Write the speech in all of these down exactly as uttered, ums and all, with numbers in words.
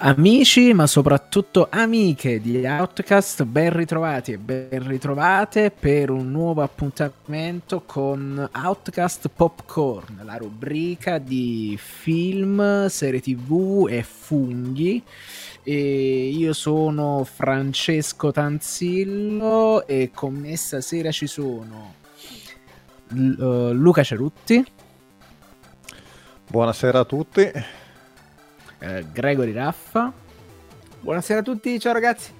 Amici, ma soprattutto amiche di Outcast, ben ritrovati e ben ritrovate per un nuovo appuntamento con Outcast Popcorn, la rubrica di film, serie tv e funghi. E io sono Francesco Tanzillo e con me stasera ci sono L- uh, Luca Cerutti. Buonasera a tutti. eh, Gregory Raffa. Buonasera a tutti, ciao ragazzi.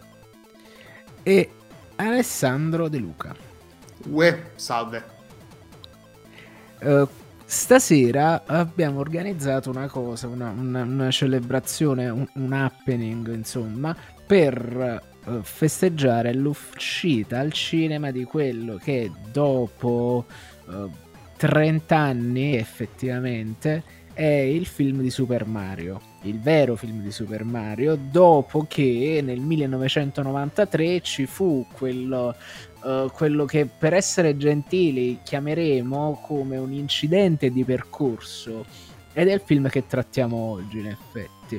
E Alessandro De Luca. Uè, salve. Uh, stasera abbiamo organizzato una cosa, una, una, una celebrazione, un, un happening, insomma, per uh, festeggiare l'uscita al cinema di quello che dopo uh, trenta anni effettivamente è il film di Super Mario, il vero film di Super Mario, dopo che nel millenovecentonovantatré ci fu quello, uh, quello che per essere gentili chiameremo come un incidente di percorso, ed è il film che trattiamo oggi in effetti,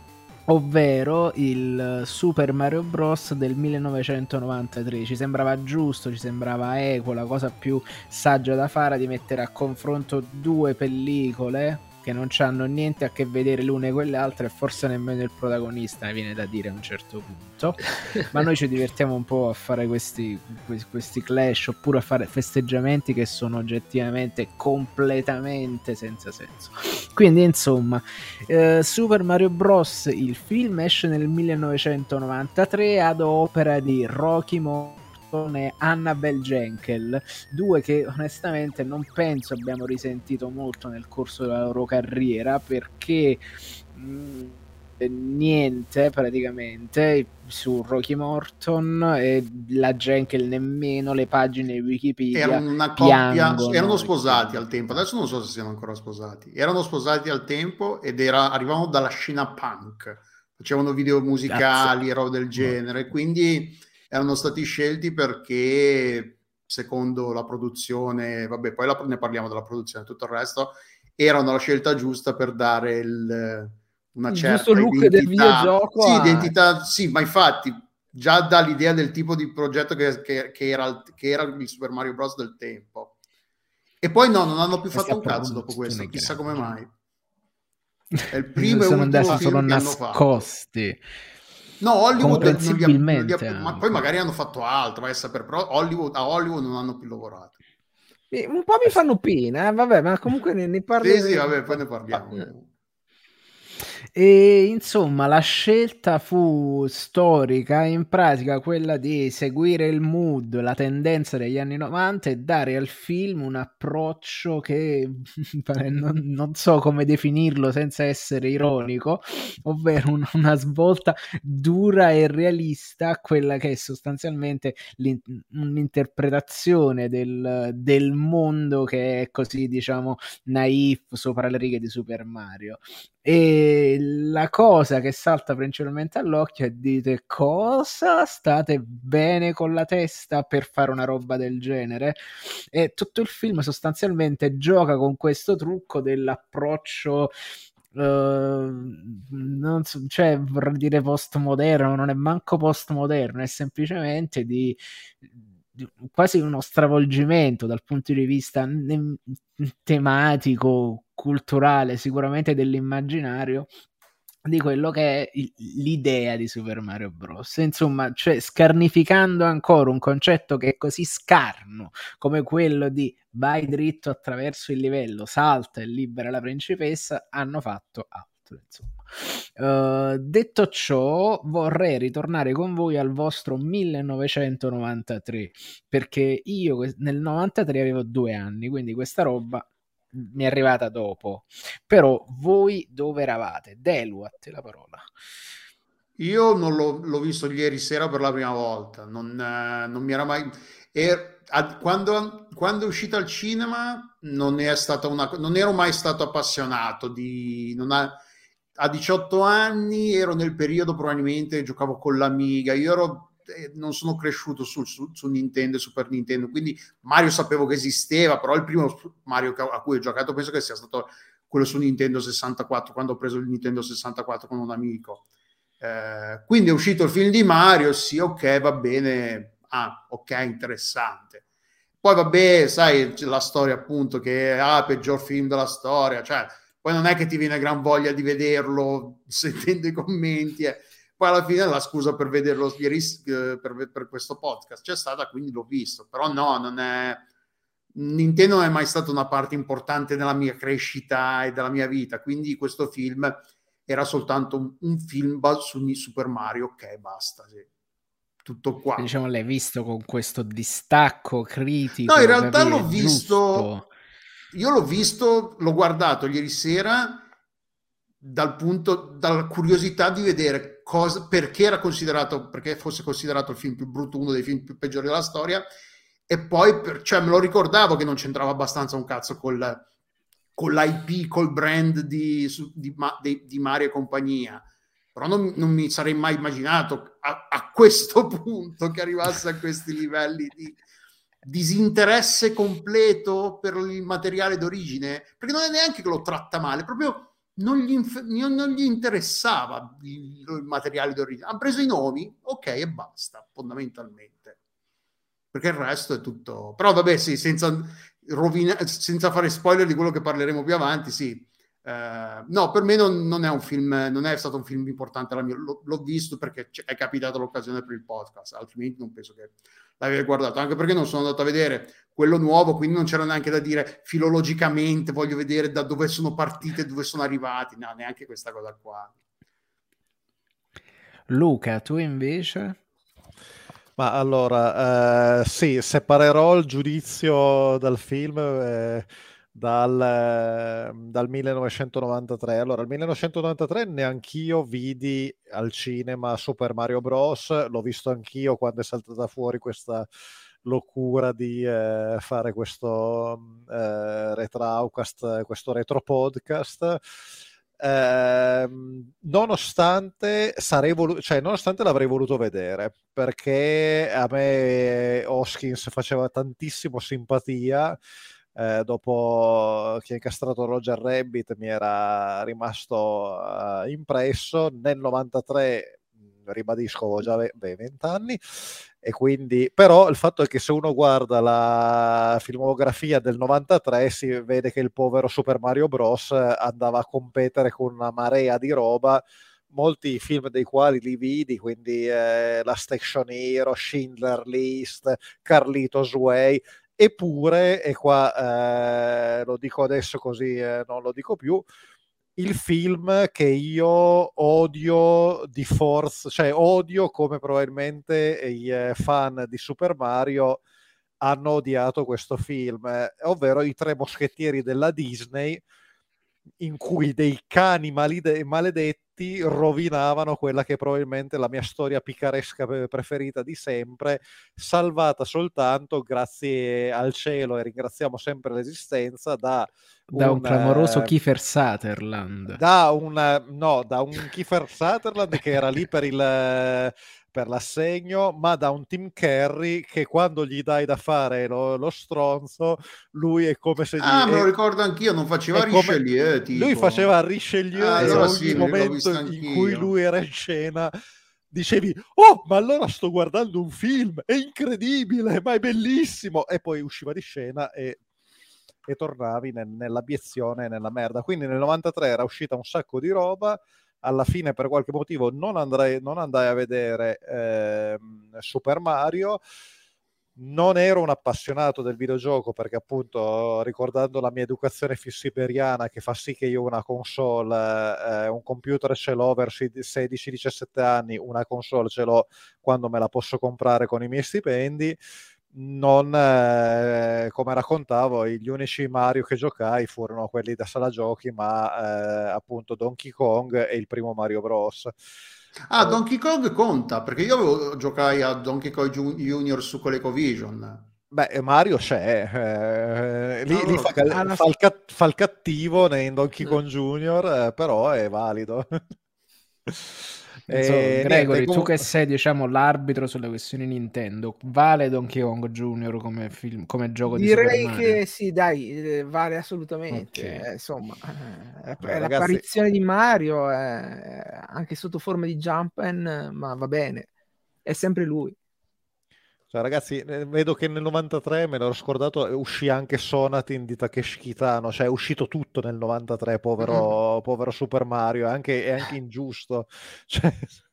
ovvero il Super Mario Bros del millenovecentonovantatré. Ci sembrava giusto, ci sembrava equo, la cosa più saggia da fare di mettere a confronto due pellicole che non hanno niente a che vedere l'una con le altre, e forse nemmeno il protagonista, mi viene da dire a un certo punto. Ma noi ci divertiamo un po' a fare questi, questi clash, oppure a fare festeggiamenti che sono oggettivamente completamente senza senso. Quindi insomma, eh, Super Mario Bros, il film, esce nel millenovecentonovantatré ad opera di Rocky Morton e Annabelle Jankel, due che onestamente non penso abbiamo risentito molto nel corso della loro carriera, perché mh, niente praticamente su Rocky Morton, e la Jankel nemmeno, le pagine Wikipedia erano una coppia, piangono, erano sposati al tempo, adesso non so se siano ancora sposati, erano sposati al tempo ed era, arrivavano dalla scena punk, facevano video musicali e robe del genere, quindi erano stati scelti perché secondo la produzione, vabbè, poi la, ne parliamo della produzione, tutto il resto, erano la scelta giusta per dare il, una il certa giusto look identità, del videogioco. sì, a... identità, sì, ma infatti già dall'idea del tipo di progetto che, che, che, era, che era il Super Mario Bros del tempo. E poi no, non hanno più Questa fatto un cazzo dopo questo, chissà come mai. È il primo e sono ultimo andati film solo che hanno nascosti. fatto. No, Hollywood non li ha, non li ha, ma anche. poi magari hanno fatto altro, vai a sapere, però Hollywood, a Hollywood non hanno più lavorato. Un po' mi fanno pena, eh? Vabbè, ma comunque ne, ne parleremo. Sì, sì, vabbè, poi ne parliamo. E insomma la scelta fu storica, in pratica quella di seguire il mood, la tendenza degli anni novanta e dare al film un approccio che non, non so come definirlo senza essere ironico, ovvero un, una svolta dura e realista a quella che è sostanzialmente un'interpretazione del, del mondo che è così, diciamo, naif sopra le righe di Super Mario. E la cosa che salta principalmente all'occhio è: dite, cosa? State bene con la testa per fare una roba del genere? E tutto il film sostanzialmente gioca con questo trucco dell'approccio Uh, non so, cioè vorrei dire postmoderno, non è manco postmoderno, è semplicemente di, di quasi uno stravolgimento dal punto di vista ne- tematico, culturale, sicuramente dell'immaginario, di quello che è il, l'idea di Super Mario Bros. Insomma, cioè scarnificando ancora un concetto che è così scarno come quello di vai dritto attraverso il livello, salta e libera la principessa, hanno fatto altro, insomma. Uh, detto ciò, vorrei ritornare con voi al vostro millenovecentonovantatré, perché io nel novantatré avevo due anni, quindi questa roba mi è arrivata dopo. Però voi dove eravate? Delu, a te la parola. Io non l'ho, l'ho visto ieri sera per la prima volta, non, eh, non mi era mai... E, a, quando, quando è uscito al cinema non, è stata una, non ero mai stato appassionato di... Non ha, a diciotto anni ero nel periodo probabilmente giocavo con l'Amiga, io ero, eh, non sono cresciuto su, su, su Nintendo e Super Nintendo, quindi Mario sapevo che esisteva, però il primo Mario a cui ho giocato penso che sia stato quello su Nintendo sessantaquattro, quando ho preso il Nintendo sessantaquattro con un amico. Eh, quindi è uscito il film di Mario, sì, ok, va bene, ah, ok, interessante. Poi vabbè, sai, c'è la storia appunto che ah, peggior film della storia, cioè poi non è che ti viene gran voglia di vederlo sentendo i commenti, eh. Poi alla fine la scusa per vederlo ieri, eh, per, per questo podcast c'è stata, quindi l'ho visto, però no, non è Nintendo non è mai stata una parte importante della mia crescita e della mia vita, quindi questo film era soltanto un, un film su Super Mario, ok, basta, sì. Tutto qua. Diciamo, l'hai visto con questo distacco critico? No, in realtà capire, l'ho visto, giusto. io l'ho visto, l'ho guardato ieri sera dal punto, dalla curiosità di vedere cosa, perché era considerato, perché fosse considerato il film più brutto, uno dei film più peggiori della storia, e poi, per, cioè me lo ricordavo che non c'entrava abbastanza un cazzo col, con l'I P, col brand di, di, di, di Mario e compagnia, però non, non mi sarei mai immaginato a, a questo punto che arrivasse a questi livelli di disinteresse completo per il materiale d'origine, perché non è neanche che lo tratta male, proprio non gli, inf- non gli interessava il, il materiale d'origine, hanno preso i nomi, ok, e basta, fondamentalmente, perché il resto è tutto, però vabbè sì, senza, rovina- senza fare spoiler di quello che parleremo più avanti, sì. Uh, no, per me non, non è un film, non è stato un film importante, l'ho, l'ho visto perché è capitata l'occasione per il podcast, altrimenti non penso che l'avevi guardato, anche perché non sono andato a vedere quello nuovo, quindi non c'era neanche da dire filologicamente voglio vedere da dove sono partite, dove sono arrivati, no, neanche questa cosa qua. Luca, tu invece? Ma allora, eh, sì, separerò il giudizio dal film eh, dal, eh, dal millenovecentonovantatré. Allora, il millenovecentonovantatré neanch'io vidi al cinema Super Mario Bros. L'ho visto anch'io quando è saltata fuori questa locura di eh, fare questo eh, retraucast, questo retro podcast. Eh, nonostante sarei volu- cioè, nonostante l'avrei voluto vedere, perché a me Hoskins faceva tantissimo simpatia. Eh, dopo che ha incastrato Roger Rabbit mi era rimasto uh, impresso. Nel novantatré, ribadisco, avevo già venti anni, e quindi, però il fatto è che se uno guarda la filmografia del novantatré si vede che il povero Super Mario Bros. Andava a competere con una marea di roba, molti film dei quali li vidi, quindi eh, la Station Hero, Schindler List, Carlitos Way, eppure, e qua eh, lo dico adesso così eh, non lo dico più, il film che io odio di forza, cioè odio come probabilmente i eh, fan di Super Mario hanno odiato questo film, eh, ovvero I Tre Moschettieri della Disney, in cui dei cani malide- maledetti rovinavano quella che è probabilmente la mia storia picaresca preferita di sempre, salvata soltanto grazie al cielo, e ringraziamo sempre l'esistenza, da da un, un clamoroso eh, Kiefer Sutherland, da un no, da un Kiefer Sutherland che era lì per il per l'assegno, ma da un Tim Curry che quando gli dai da fare lo, lo stronzo, lui è come se gli, ah, me lo è, ricordo anch'io, non faceva Richelieu, tipo. Lui faceva Richelieu, ah, e allora ogni sì, momento in cui lui era in scena dicevi: oh, ma allora sto guardando un film, è incredibile, ma è bellissimo, e poi usciva di scena e, e tornavi nel, nell'abiezione, nella merda. Quindi nel novantatré era uscita un sacco di roba, alla fine per qualche motivo non, andrei, non andai a vedere eh, Super Mario. Non ero un appassionato del videogioco perché, appunto, ricordando la mia educazione siberiana che fa sì che io una console, eh, un computer ce l'ho verso i sedici diciassette anni, una console ce l'ho quando me la posso comprare con i miei stipendi, non, eh, come raccontavo, gli unici Mario che giocai furono quelli da sala giochi, ma eh, appunto Donkey Kong e il primo Mario Bros. Ah, Donkey Kong conta, perché io avevo, giocai a Donkey Kong Junior su ColecoVision. Beh, Mario c'è, eh, lì, allora, lì fa, alla fa, il cat, fa il cattivo nei Donkey Kong Junior, eh, però è valido. Non so, E Gregory, niente, tu comunque- che sei, diciamo, l'arbitro sulle questioni Nintendo, vale Donkey Kong Junior come film, come gioco di Super Direi Mario? che sì, dai, eh, vale assolutamente. Ok. Eh, insomma, eh, è- Beh, è ragazzi, l'apparizione di Mario, eh, anche sotto forma di Jumpman, ma va bene, è sempre lui. cioè, ragazzi, eh, vedo che nel novantatré, me l'ero scordato, eh, uscì anche Sonatin di Takeshi Kitano, cioè è uscito tutto nel novantatré, povero, povero Super Mario, è anche, è anche ingiusto. Cioè,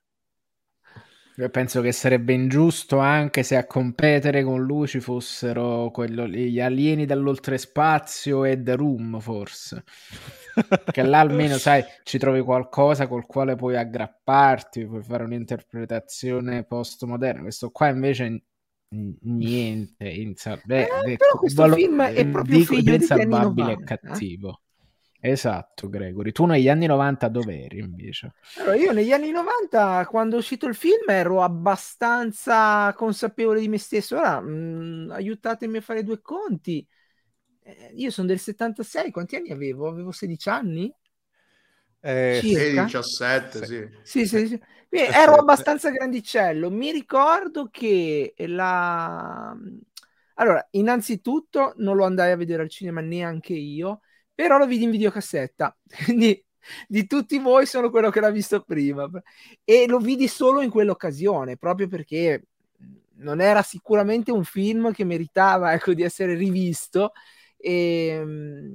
Io penso che sarebbe ingiusto anche se a competere con lui ci fossero quello lì, gli alieni dall'oltrespazio e The Room, forse. Che là almeno, sai, ci trovi qualcosa col quale puoi aggrapparti, puoi fare un'interpretazione postmoderna. Questo qua invece n- niente, insa- beh, Eh, de- però questo valo- film è proprio dico figlio degli anni insalvabile e novanta. cattivo. Esatto, Gregory. Tu negli anni novanta dove eri invece? Allora, io negli anni novanta, quando è uscito il film, ero abbastanza consapevole di me stesso. Ora, mh, aiutatemi a fare due conti. Eh, io sono del settantasei, quanti anni avevo? Avevo sedici anni? eh, Circa? diciassette, sì. sì. Sì, sì, sì. Quindi Eh, ero sì. abbastanza grandicello. Mi ricordo che la... Allora, innanzitutto non lo andai a vedere al cinema neanche io, però lo vidi in videocassetta. Quindi di tutti voi sono quello che l'ha visto prima. E lo vidi solo in quell'occasione, proprio perché non era sicuramente un film che meritava, ecco, di essere rivisto. E...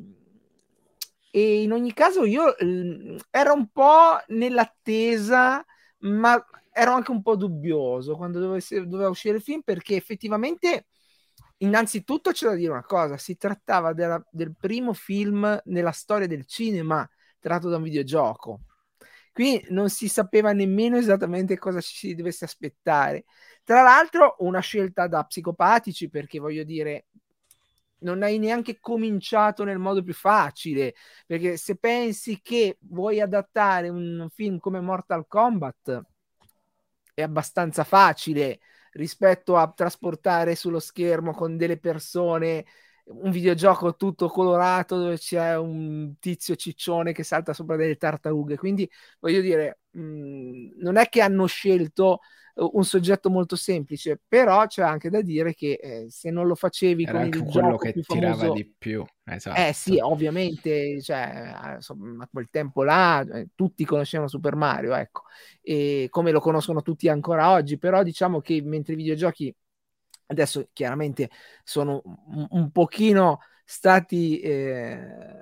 E in ogni caso io eh, ero un po' nell'attesa, ma ero anche un po' dubbioso quando dovesse, doveva uscire il film, perché effettivamente, innanzitutto c'è da dire una cosa: si trattava della, del primo film nella storia del cinema tratto da un videogioco. Qui non si sapeva nemmeno esattamente cosa ci si dovesse aspettare. Tra l'altro, una scelta da psicopatici, perché voglio dire, non hai neanche cominciato nel modo più facile, perché se pensi che vuoi adattare un film come Mortal Kombat è abbastanza facile rispetto a trasportare sullo schermo con delle persone un videogioco tutto colorato dove c'è un tizio ciccione che salta sopra delle tartarughe. Quindi voglio dire, mh, non è che hanno scelto un soggetto molto semplice, però c'è anche da dire che eh, se non lo facevi Era con anche il quello gioco che più tirava famoso, di più, esatto. eh sì, ovviamente, cioè, insomma, a quel tempo là eh, tutti conoscevano Super Mario, ecco, e come lo conoscono tutti ancora oggi, però diciamo che mentre i videogiochi adesso chiaramente sono un, un pochino stati eh,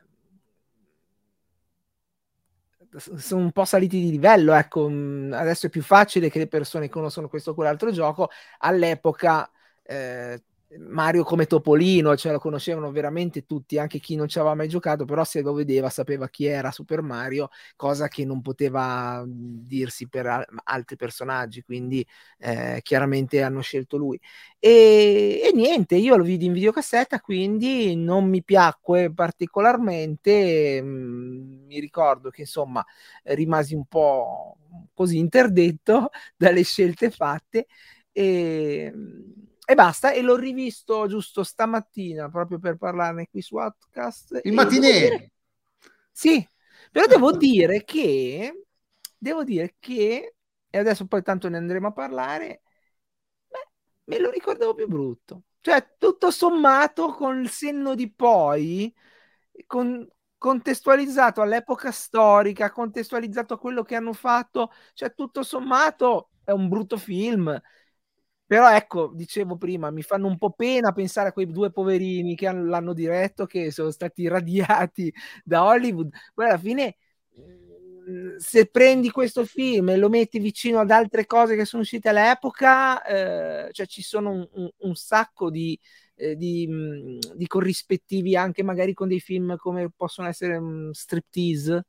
sono un po' saliti di livello, ecco, adesso è più facile che le persone conoscono questo o quell'altro gioco. All'epoca eh, Mario come Topolino, cioè lo conoscevano veramente tutti, anche chi non ci aveva mai giocato, però se lo vedeva sapeva chi era Super Mario, cosa che non poteva dirsi per a- altri personaggi, quindi eh, chiaramente hanno scelto lui. E, e niente, io lo vidi in videocassetta, quindi non mi piacque particolarmente. Mh, mi ricordo che insomma rimasi un po' così interdetto dalle scelte fatte e, e basta. E l'ho rivisto giusto stamattina proprio per parlarne qui su Outcast. Il E devo dire, matinee. sì, però devo dire che devo dire che e adesso poi tanto ne andremo a parlare. Beh, me lo ricordavo più brutto. Cioè, tutto sommato, con il senno di poi, con- contestualizzato all'epoca storica, contestualizzato a quello che hanno fatto, cioè, tutto sommato è un brutto film. Però ecco, dicevo prima, mi fanno un po' pena pensare a quei due poverini che hanno- l'hanno diretto, che sono stati radiati da Hollywood. Poi alla fine, mh, se prendi questo film e lo metti vicino ad altre cose che sono uscite all'epoca, eh, cioè ci sono un, un- un sacco di, eh, di, mh, di corrispettivi anche magari con dei film come possono essere um, Striptease.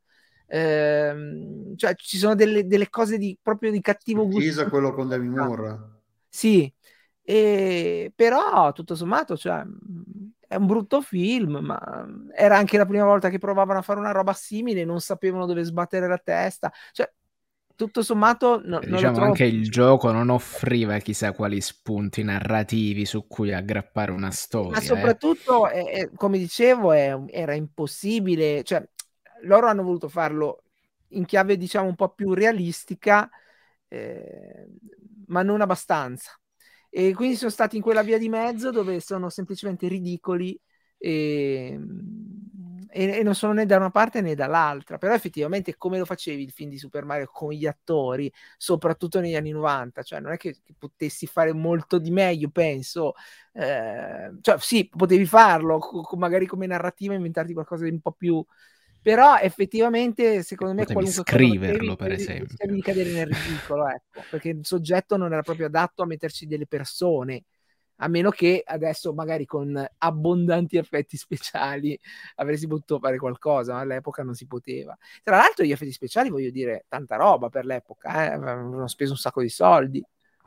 Ehm, cioè ci sono delle, delle cose di, proprio di cattivo gusto. Striptease, quello con Demi Moore. Sì, e, però tutto sommato, cioè, è un brutto film, ma era anche la prima volta che provavano a fare una roba simile, non sapevano dove sbattere la testa. Cioè, tutto sommato no, non lo Diciamo trovo. anche il gioco non offriva chissà quali spunti narrativi su cui aggrappare una Ma storia, eh. soprattutto, eh, eh, come dicevo, è- era impossibile. Cioè, loro hanno voluto farlo in chiave diciamo un po' più realistica, eh, ma non abbastanza. E quindi sono stati in quella via di mezzo dove sono semplicemente ridicoli e, e, e non sono né da una parte né dall'altra. Però effettivamente come lo facevi il film di Super Mario con gli attori, soprattutto negli anni novanta? Cioè non è che, che potessi fare molto di meglio, penso. Eh, cioè sì, potevi farlo, co- magari come narrativa inventarti qualcosa di un po' più... Però effettivamente secondo me Potevi qualunque cosa facevi, scriverlo, per rischiavi esempio. di cadere nel ridicolo, ecco, perché il soggetto non era proprio adatto a metterci delle persone, a meno che adesso magari con abbondanti effetti speciali avresti potuto fare qualcosa, ma all'epoca non si poteva. Tra l'altro gli effetti speciali, voglio dire, tanta roba per l'epoca, eh? Avevano speso un sacco di soldi.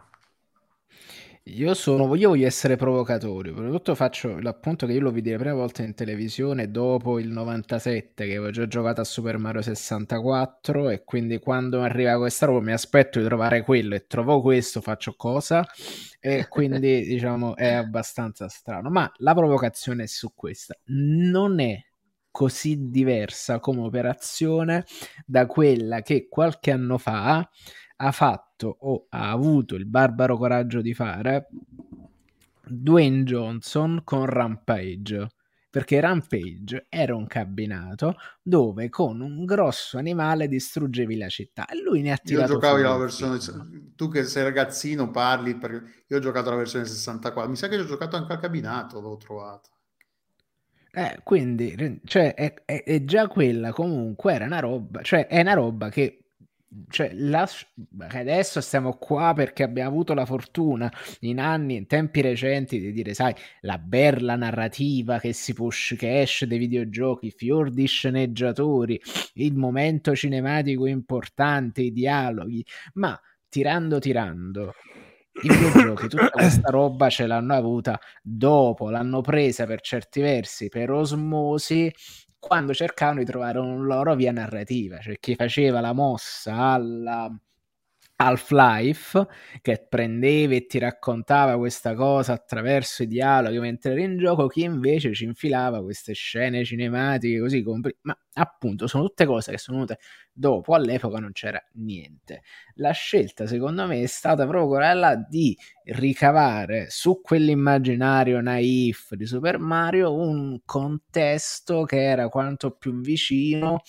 Io sono, io voglio essere provocatorio, prima di tutto faccio l'appunto che io lo vidi la prima volta in televisione dopo il novantasette, che avevo già giocato a Super Mario sessantaquattro, e quindi quando arriva questa roba mi aspetto di trovare quello e trovo questo, faccio cosa? E quindi diciamo è abbastanza strano, ma la provocazione è su questa: non è così diversa come operazione da quella che qualche anno fa ha fatto o ha avuto il barbaro coraggio di fare Dwayne Johnson con Rampage, perché Rampage era un cabinato dove con un grosso animale distruggevi la città e lui ne ha Io tirato giocavo fuori la un versione, film. tu che sei ragazzino parli, perché io ho giocato la versione sessantaquattro, mi sa che ho giocato anche al cabinato, l'ho trovato. Eh, quindi, cioè, è, è- è già quella comunque era una roba, cioè, è una roba che, cioè, la- che adesso stiamo qua perché abbiamo avuto la fortuna in anni, in tempi recenti, di dire, sai, la berla narrativa che si push, che esce dai videogiochi, fior di sceneggiatori, il momento cinematico importante, i dialoghi, ma tirando tirando. I videogiochi, tutta questa roba ce l'hanno avuta dopo, l'hanno presa per certi versi per osmosi, quando cercavano di trovare una loro via narrativa, cioè chi faceva la mossa alla Half-Life, che prendeva e ti raccontava questa cosa attraverso i dialoghi mentre eri in gioco, chi invece ci infilava queste scene cinematiche così, compri- ma appunto sono tutte cose che sono venute dopo, all'epoca non c'era niente. La scelta secondo me è stata proprio quella di ricavare su quell'immaginario naif di Super Mario un contesto che era quanto più vicino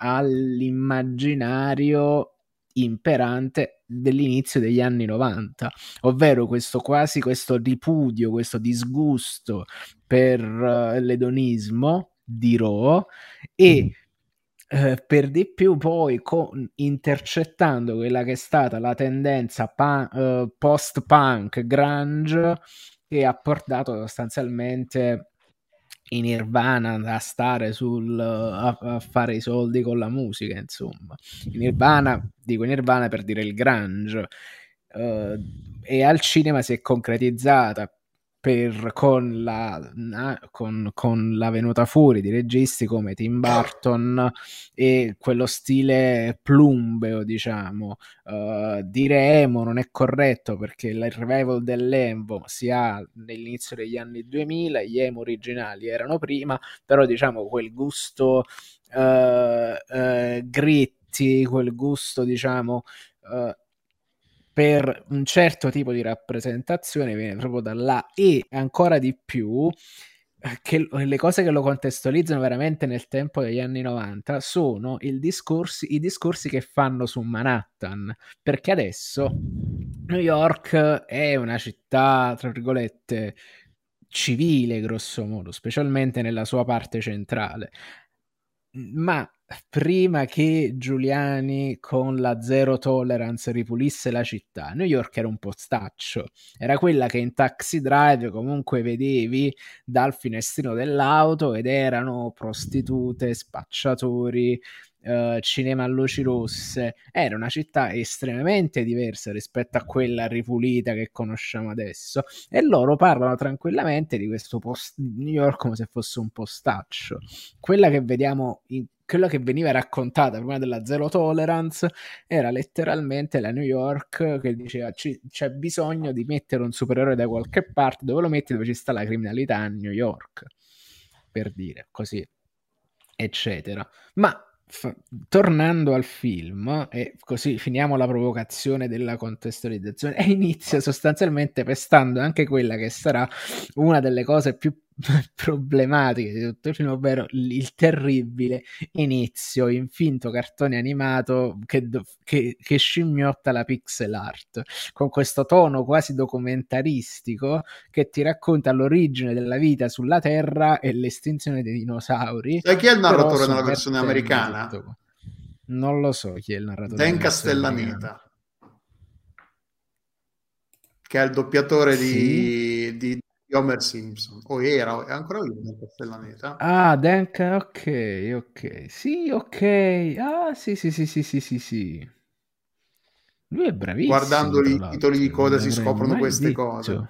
all'immaginario imperante dell'inizio degli anni novanta, ovvero questo quasi questo ripudio, questo disgusto per uh, l'edonismo, dirò, e eh, per di più poi con, intercettando quella che è stata la tendenza pan, uh, post-punk grunge, che ha portato sostanzialmente in Nirvana a stare sul a, a fare i soldi con la musica, insomma. In Nirvana, dico Nirvana per dire il grunge, uh, e al cinema si è concretizzata per, con, la, na, con, con la venuta fuori di registi come Tim Burton e quello stile plumbeo, diciamo. Uh, dire emo non è corretto perché il revival dell'emo si ha nell'inizio degli anni duemila, gli emo originali erano prima, però diciamo quel gusto uh, uh, gritti, quel gusto diciamo uh, per un certo tipo di rappresentazione viene proprio da là, e ancora di più che le cose che lo contestualizzano veramente nel tempo degli anni novanta sono il discorsi, i discorsi che fanno su Manhattan, perché adesso New York è una città, tra virgolette, civile grosso modo, specialmente nella sua parte centrale, ma prima che Giuliani con la zero tolerance ripulisse la città, New York era un postaccio, era quella che in Taxi Drive comunque vedevi dal finestrino dell'auto ed erano prostitute, spacciatori, eh, cinema a luci rosse. Era una città estremamente diversa rispetto a quella ripulita che conosciamo adesso, e loro parlano tranquillamente di questo post- New York come se fosse un postaccio. Quella che vediamo in quella che veniva raccontata prima della zero tolerance era letteralmente la New York che diceva ci, c'è bisogno di mettere un supereroe da qualche parte, dove lo metti? Dove ci sta la criminalità a New York, per dire così, eccetera. Ma F- tornando al film, e così finiamo la provocazione della contestualizzazione, e inizia sostanzialmente pestando anche quella che sarà una delle cose più problematiche di tutto il film, ovvero il, il terribile inizio in finto cartone animato che, do- che, che scimmiotta la pixel art, con questo tono quasi documentaristico che ti racconta l'origine della vita sulla Terra e l'estinzione dei dinosauri. Sai chi è il Però narratore nella versione sovvertendo americana? tutto. Non lo so chi è il narratore Dan della versione americana. Castellaneta, che è il doppiatore Sì. di, di, di Homer Simpson. O era, è ancora vivo Dan Castellaneta? Ah, Dan, Ca- ok, ok. Sì, ok. Ah, sì, sì, sì, sì, sì, sì, sì. Lui è Guardando bravissimo, tra i titoli di l'altro, non coda si l'avrei scoprono mai queste detto. cose.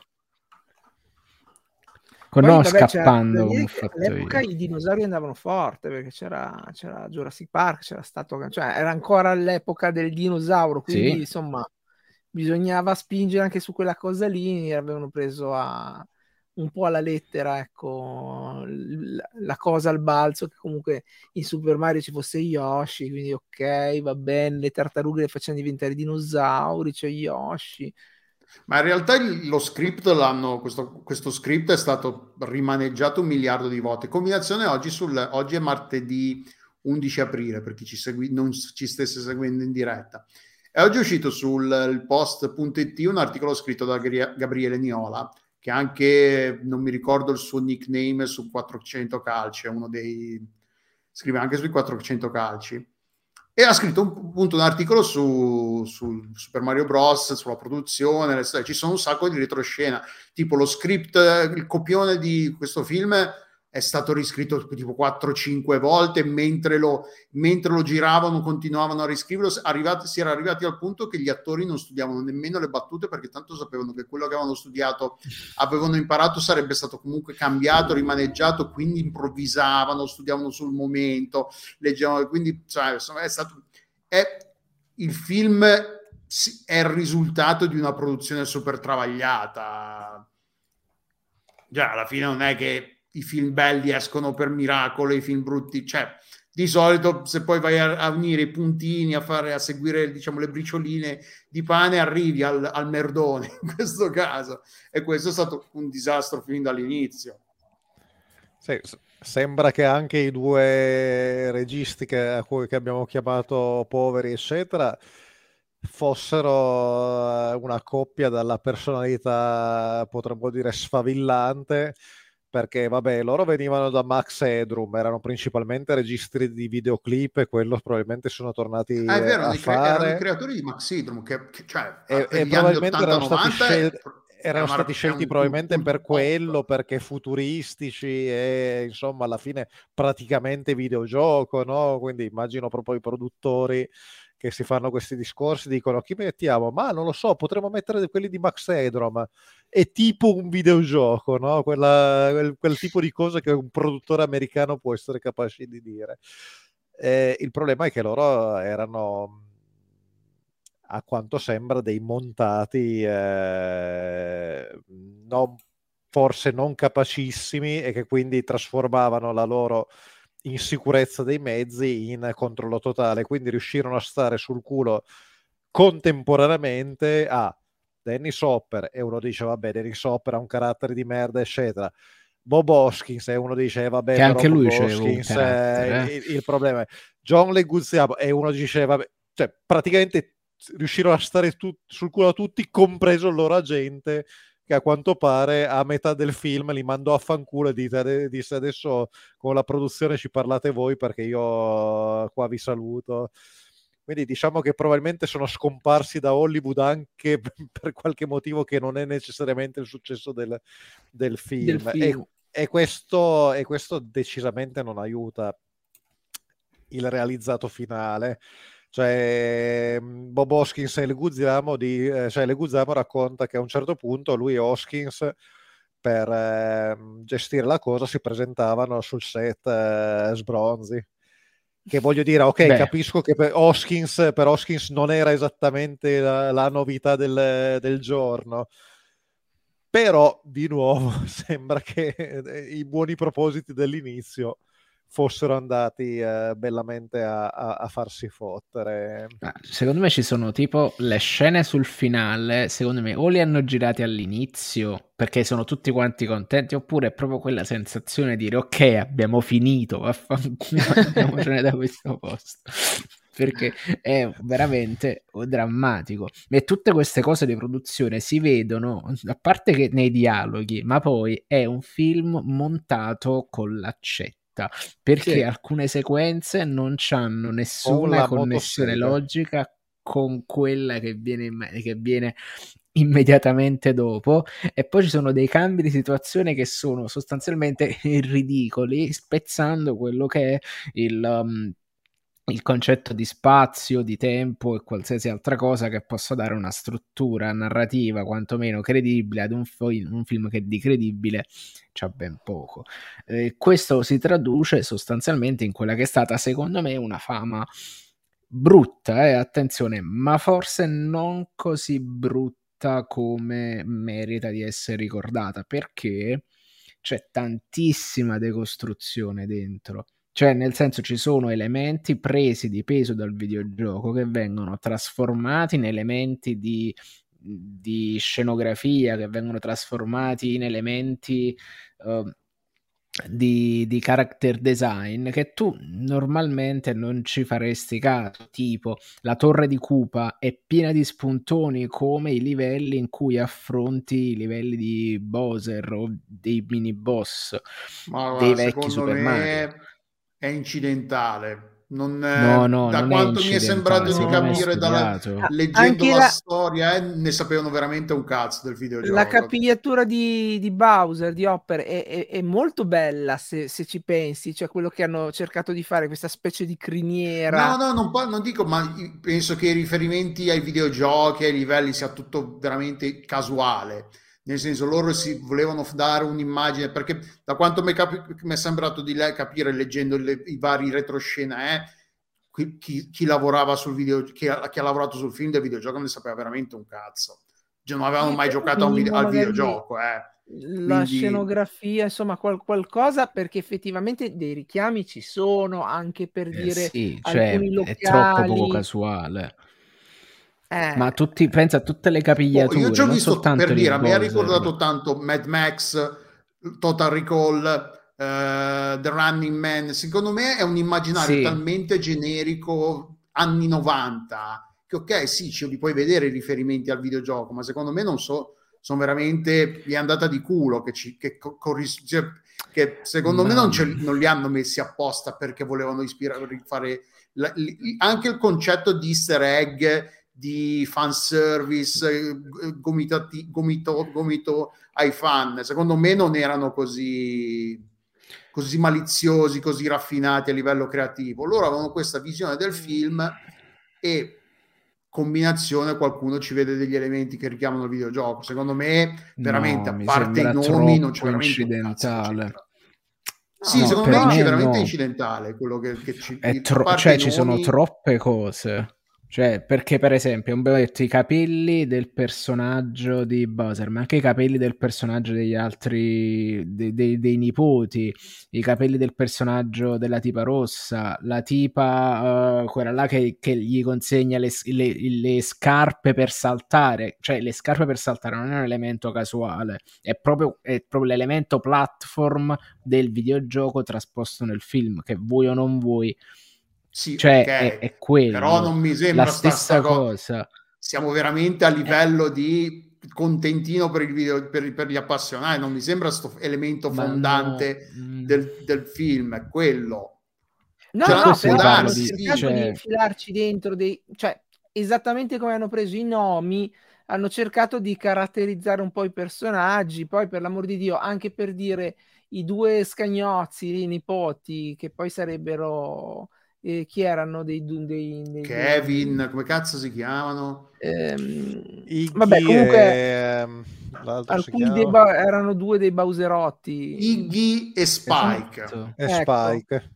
Con Poi, no vabbè, c'era da scappando come dire ho che fatto all'epoca io. i dinosauri andavano forte perché c'era, c'era Jurassic Park, c'era stato, cioè era ancora l'epoca del dinosauro, quindi Sì. insomma bisognava spingere anche su quella cosa lì. Avevano preso a, un po' alla lettera, ecco, l- la cosa al balzo, che comunque in Super Mario ci fosse Yoshi, quindi ok, va bene, le tartarughe le facciamo diventare dinosauri, c'è Yoshi. Ma in realtà il- lo script l'hanno, questo, questo script è stato rimaneggiato un miliardo di volte. Combinazione oggi, sul, oggi è martedì undici aprile, per chi ci segui, non ci stesse seguendo in diretta. E oggi è uscito sul post punto it un articolo scritto da Gri- Gabriele Niola, che anche, non mi ricordo il suo nickname, su quattrocento calci, è uno dei... scrive anche sui quattrocento calci. E ha scritto un, appunto un articolo su, su Super Mario Bros, sulla produzione, le, ci sono un sacco di retroscena, tipo lo script, il copione di questo film è stato riscritto tipo quattro cinque volte, mentre lo, mentre lo giravano continuavano a riscriverlo, arrivati, si era arrivati al punto che gli attori non studiavano nemmeno le battute, perché tanto sapevano che quello che avevano studiato, avevano imparato, sarebbe stato comunque cambiato, rimaneggiato, quindi improvvisavano, studiavano sul momento, leggevano, quindi cioè, è stato è, il film è il risultato di una produzione super travagliata. Già, alla fine non è che i film belli escono per miracolo, i film brutti, cioè di solito se poi vai a, a unire i puntini, a fare, a seguire, diciamo, le bricioline di pane, arrivi al, al merdone in questo caso, e questo è stato un disastro fin dall'inizio. Sì, sembra che anche i due registi che, a cui che abbiamo chiamato poveri, eccetera, fossero una coppia dalla personalità, potremmo dire, sfavillante, perché vabbè, loro venivano da Max Headroom, erano principalmente registri di videoclip, e quello probabilmente sono tornati Ah, è vero, a erano i, cre- erano i fare, creatori di Maxidrum, che, che cioè, e, per e gli anni probabilmente erano stati ottanta novanta è, scelti è, erano stati una, è scelti un cult, probabilmente cult per quello, pop. perché futuristici e insomma alla fine praticamente videogioco, no? Quindi immagino proprio i produttori che si fanno questi discorsi dicono: chi mettiamo? Ma non lo so, potremmo mettere quelli di Max Headroom, è tipo un videogioco, no? Quella, quel, quel tipo di cosa che un produttore americano può essere capace di dire. Eh, il problema è che loro erano, a quanto sembra, dei montati eh, non, forse non capacissimi, e che quindi trasformavano la loro insicurezza dei mezzi in controllo totale, quindi riuscirono a stare sul culo contemporaneamente a Dennis Hopper, e uno dice vabbè, Dennis Hopper ha un carattere di merda eccetera, Bob Hoskins, e uno dice eh, vabbè, Che però anche Bob lui c'aveva un Hoskins eh, carattere. il, il problema è John Leguizamo, e uno dice vabbè, cioè praticamente riuscirono a stare tu- sul culo a tutti, compreso il loro agente, che a quanto pare a metà del film li mandò a fanculo e dite, disse adesso con la produzione ci parlate voi perché io qua vi saluto. Quindi diciamo che probabilmente sono scomparsi da Hollywood anche per qualche motivo che non è necessariamente il successo del, del film, Del film. E, e, questo, e questo decisamente non aiuta il realizzato finale. Cioè Bob Hoskins e Leguizamo, di, eh, cioè Leguizamo racconta che a un certo punto lui e Hoskins, per eh, gestire la cosa, si presentavano sul set eh, sbronzi, che voglio dire, ok, Beh, capisco che per Hoskins, per Hoskins non era esattamente la, la novità del, del giorno, però di nuovo sembra che i buoni propositi dell'inizio fossero andati eh, bellamente a, a, a farsi fottere. Ah, secondo me ci sono tipo le scene sul finale, secondo me o li hanno girati all'inizio perché sono tutti quanti contenti, oppure è proprio quella sensazione di dire ok, abbiamo finito, vaffanculo, andiamocene da questo posto. Perché è veramente drammatico. E tutte queste cose di produzione si vedono, a parte che nei dialoghi, ma poi è un film montato con l'accetta, perché Sì. alcune sequenze non hanno Con nessuna la connessione motosega. logica con quella che viene, che viene immediatamente dopo, e poi ci sono dei cambi di situazione che sono sostanzialmente ridicoli, spezzando quello che è il... Um, il concetto di spazio, di tempo e qualsiasi altra cosa che possa dare una struttura narrativa quantomeno credibile ad un, fo- un film che di credibile c'ha ben poco. Eh, questo si traduce sostanzialmente in quella che è stata secondo me una fama brutta, eh, attenzione, ma forse non così brutta come merita di essere ricordata, perché c'è tantissima decostruzione dentro. Cioè, nel senso, ci sono elementi presi di peso dal videogioco che vengono trasformati in elementi di, di scenografia, che vengono trasformati in elementi uh, di, di character design che tu normalmente non ci faresti caso. Tipo, la torre di Koopa è piena di spuntoni come i livelli in cui affronti i livelli di Bowser o dei mini boss Ma dei guarda, vecchi secondo Super Mario. me è incidentale. Non, No, eh, no, da non è quanto mi è incidentale, sembrato di secondo me è No. capire dalla, studiato. Ah, leggendo anche la la, storia, eh, ne sapevano veramente un cazzo del la videogioco. capigliatura di, di Bowser, di Hopper, è, è- è molto bella se, se ci pensi, cioè quello che hanno cercato di fare, questa specie di criniera. No, no, non, pa- non dico, ma penso che i riferimenti ai videogiochi, ai livelli, sia tutto veramente casuale. Nel senso, loro si volevano f- dare un'immagine, perché da quanto mi è, capi- mi è sembrato di le- capire leggendo le- i vari retroscena, eh, chi, chi- chi lavorava sul video, chi ha, chi ha lavorato sul film del videogioco non ne sapeva veramente un cazzo. Cioè, non avevano Eh, mai però giocato a un video- minimo al magari videogioco, eh. la Quindi... scenografia, insomma, qual- qualcosa, perché effettivamente dei richiami ci sono, anche per Eh dire sì, cioè alcuni è troppo poco locali. casuale. Eh, Ma tutti, pensa a tutte le Boh, io ci capigliature, ho non visto, soltanto per di dire, a me ha Bowser. ricordato tanto Mad Max, Total Recall, eh, The Running Man. Secondo me è un immaginario Sì, talmente generico anni novanta che ok, sì, ci li puoi vedere i riferimenti al videogioco, ma secondo me non so, sono veramente, gli è andata di culo che, ci, che, corris- cioè, che secondo me ma non, ce, non li hanno messi apposta perché volevano ispirare, fare la, li, anche il concetto di easter egg, di fanservice, eh, gomitati, gomito, gomito ai fan, secondo me non erano così, così maliziosi, così raffinati a livello creativo. Loro avevano questa visione del film e combinazione qualcuno ci vede degli elementi che richiamano il videogioco. Secondo me veramente, no, a mi parte i sembra nomi, non c'è troppo veramente un cazzo che c'entra. incidentale. Sì, no, No, secondo per me c'è me veramente no. incidentale quello che, che ci, È a tro- parte cioè i ci sono nomi. troppe cose. Cioè, perché per esempio, abbiamo detto i capelli del personaggio di Bowser, ma anche i capelli del personaggio degli altri, dei, dei- dei nipoti, i capelli del personaggio della tipa rossa, la tipa, eh, quella là che, che gli consegna le, le- le scarpe per saltare. Cioè, le scarpe per saltare non è un elemento casuale, è proprio, è proprio l'elemento platform del videogioco trasposto nel film, che vuoi o non vuoi. Sì, Cioè, è, è ok, però quello. non mi La sembra sta, sta stessa cosa. cosa. Siamo veramente a Eh, livello di contentino per, il video, per, per gli appassionati, non mi sembra questo elemento ma no, fondante mm, del, del film, è quello. no, per Cioè, no, questo può ti però parlo hanno di, darsi, cercato di cioè, infilarci dentro dei, cioè, esattamente come hanno preso i nomi, hanno cercato di caratterizzare un po' i personaggi, poi per l'amor di Dio, anche per dire i due scagnozzi, i nipoti, che poi sarebbero, eh, chi erano dei, du- dei, dei due... Kevin, come cazzo si chiamano? ehm, vabbè, Iggy comunque e ehm, l'altro si alcuni dei chiama Ba- erano due dei Bowserotti. Iggy e Spike. esatto. e Ecco. Spike.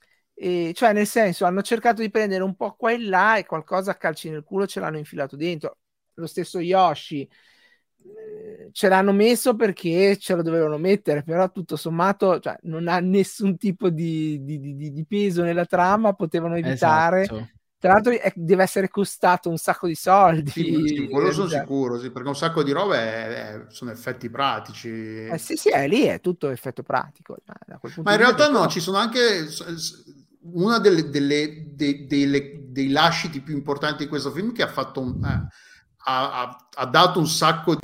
E cioè, nel senso, hanno cercato di prendere un po' qua e là e qualcosa a calci nel culo ce l'hanno infilato dentro. Lo stesso Yoshi, ce l'hanno messo perché ce lo dovevano mettere, però tutto sommato, cioè, non ha nessun tipo di, di, di, di peso nella trama, potevano evitare. Esatto. Tra l'altro è, deve essere costato un sacco di soldi. Sì, sì, quello sono Cioè, sicuro, sì, perché un sacco di robe è- è- sono effetti pratici. eh, sì, sì, è lì, è tutto effetto pratico. cioè, da quel punto Ma in di realtà vista no, no. ci sono anche s- s- una delle, delle- dei, delle- dei lasciti più importanti di questo film che ha fatto un, eh, ha, ha- ha dato un sacco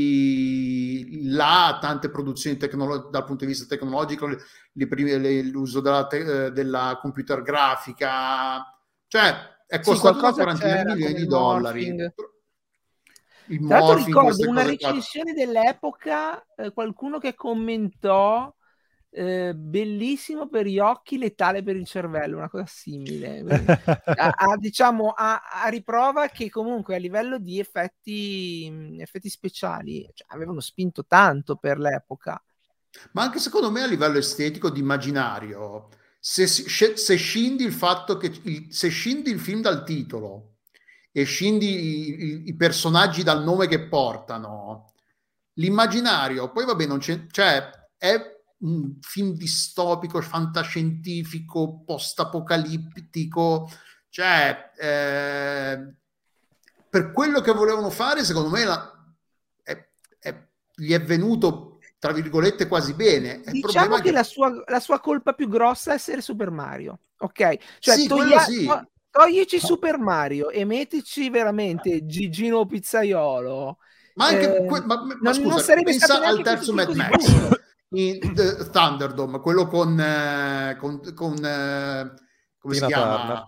di là a tante produzioni tecnolo- dal punto di vista tecnologico, le- le prime- le- l'uso della, te- eh, della computer grafica, cioè è Sì, costato una qualcosa quarantina di c'era milioni come di il dollari. morphing. Il Tra l'altro morphing, ricordo queste una cose qua. recensione dell'epoca, eh, qualcuno che commentò eh, bellissimo per gli occhi, letale per il cervello, una cosa simile. Quindi, a, a, diciamo a, a riprova che comunque a livello di effetti, mh, effetti speciali, cioè, avevano spinto tanto per l'epoca. Ma anche secondo me a livello estetico, di immaginario, se, se, se scendi il fatto che il, se scendi il film dal titolo e scendi i, i, i personaggi dal nome che portano, l'immaginario, poi vabbè, non c'è, cioè è un film distopico, fantascientifico, post-apocalittico, cioè eh, per quello che volevano fare, secondo me la, è, è, gli è venuto tra virgolette quasi bene. Il Diciamo problema che, è che la sua, la sua colpa più grossa è essere Super Mario, ok? Cioè sì, toglia, sì. to, toglici Super Mario e mettici veramente Gigino Pizzaiolo. Ma anche eh, que- ma, ma non, scusa, non sarebbe stato pensa al neanche questo terzo film Mad così Max brutto. in The Thunderdome, quello con, eh, con, con eh, come Tina si chiama? Turner.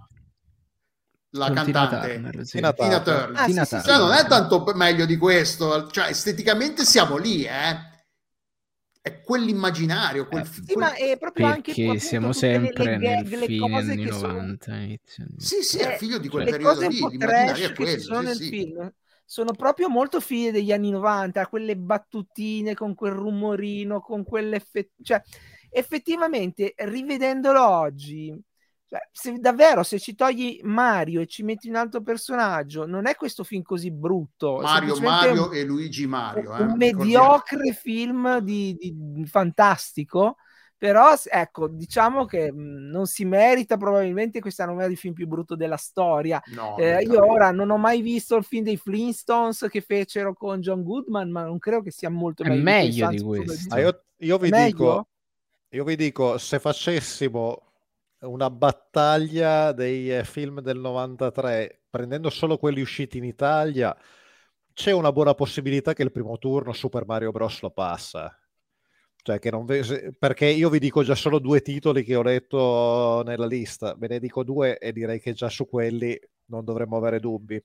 La Con cantante Tina Turner, sì. Tina Tina Turner. Turner. Ah, Tina sì, sì, Cioè, sì. non Turner, è sì. tanto meglio di questo, cioè esteticamente siamo lì, eh. È quell'immaginario, quel, Eh, Sì, quel... ma è proprio anche perché appunto siamo tutte le, le sempre nel gag, le fine cose anni che sono novanta, inizio anni- Sì, sì, è eh, figlio di quel cioè, le periodo cose un lì, po' l'immaginario trash è che ci quello, sono sì, nel sì. film sono proprio molto figlie degli anni novanta, quelle battutine con quel rumorino, con quell'effetto, cioè effettivamente rivedendolo oggi, cioè, se, davvero se ci togli Mario e ci metti un altro personaggio, non è questo film così brutto, è Mario semplicemente un, Mario e Luigi Mario, un eh, ricordiamo. mediocre film di, di fantastico. Però ecco, diciamo che mh, non si merita probabilmente questa nomea di film più brutto della storia. No, Eh, io nettamente. ora non ho mai visto il film dei Flintstones che fecero con John Goodman, ma non credo che sia molto È meglio di questo. meglio di Anzi, come questo. Ah, io, io vi meglio? dico, io vi dico, se facessimo una battaglia dei eh, film del novantatré, prendendo solo quelli usciti in Italia, c'è una buona possibilità che il primo turno Super Mario Bros. Lo passa. Cioè che non ve- se- perché io vi dico già solo due titoli che ho letto nella lista, ve ne dico due e direi che già su quelli non dovremmo avere dubbi.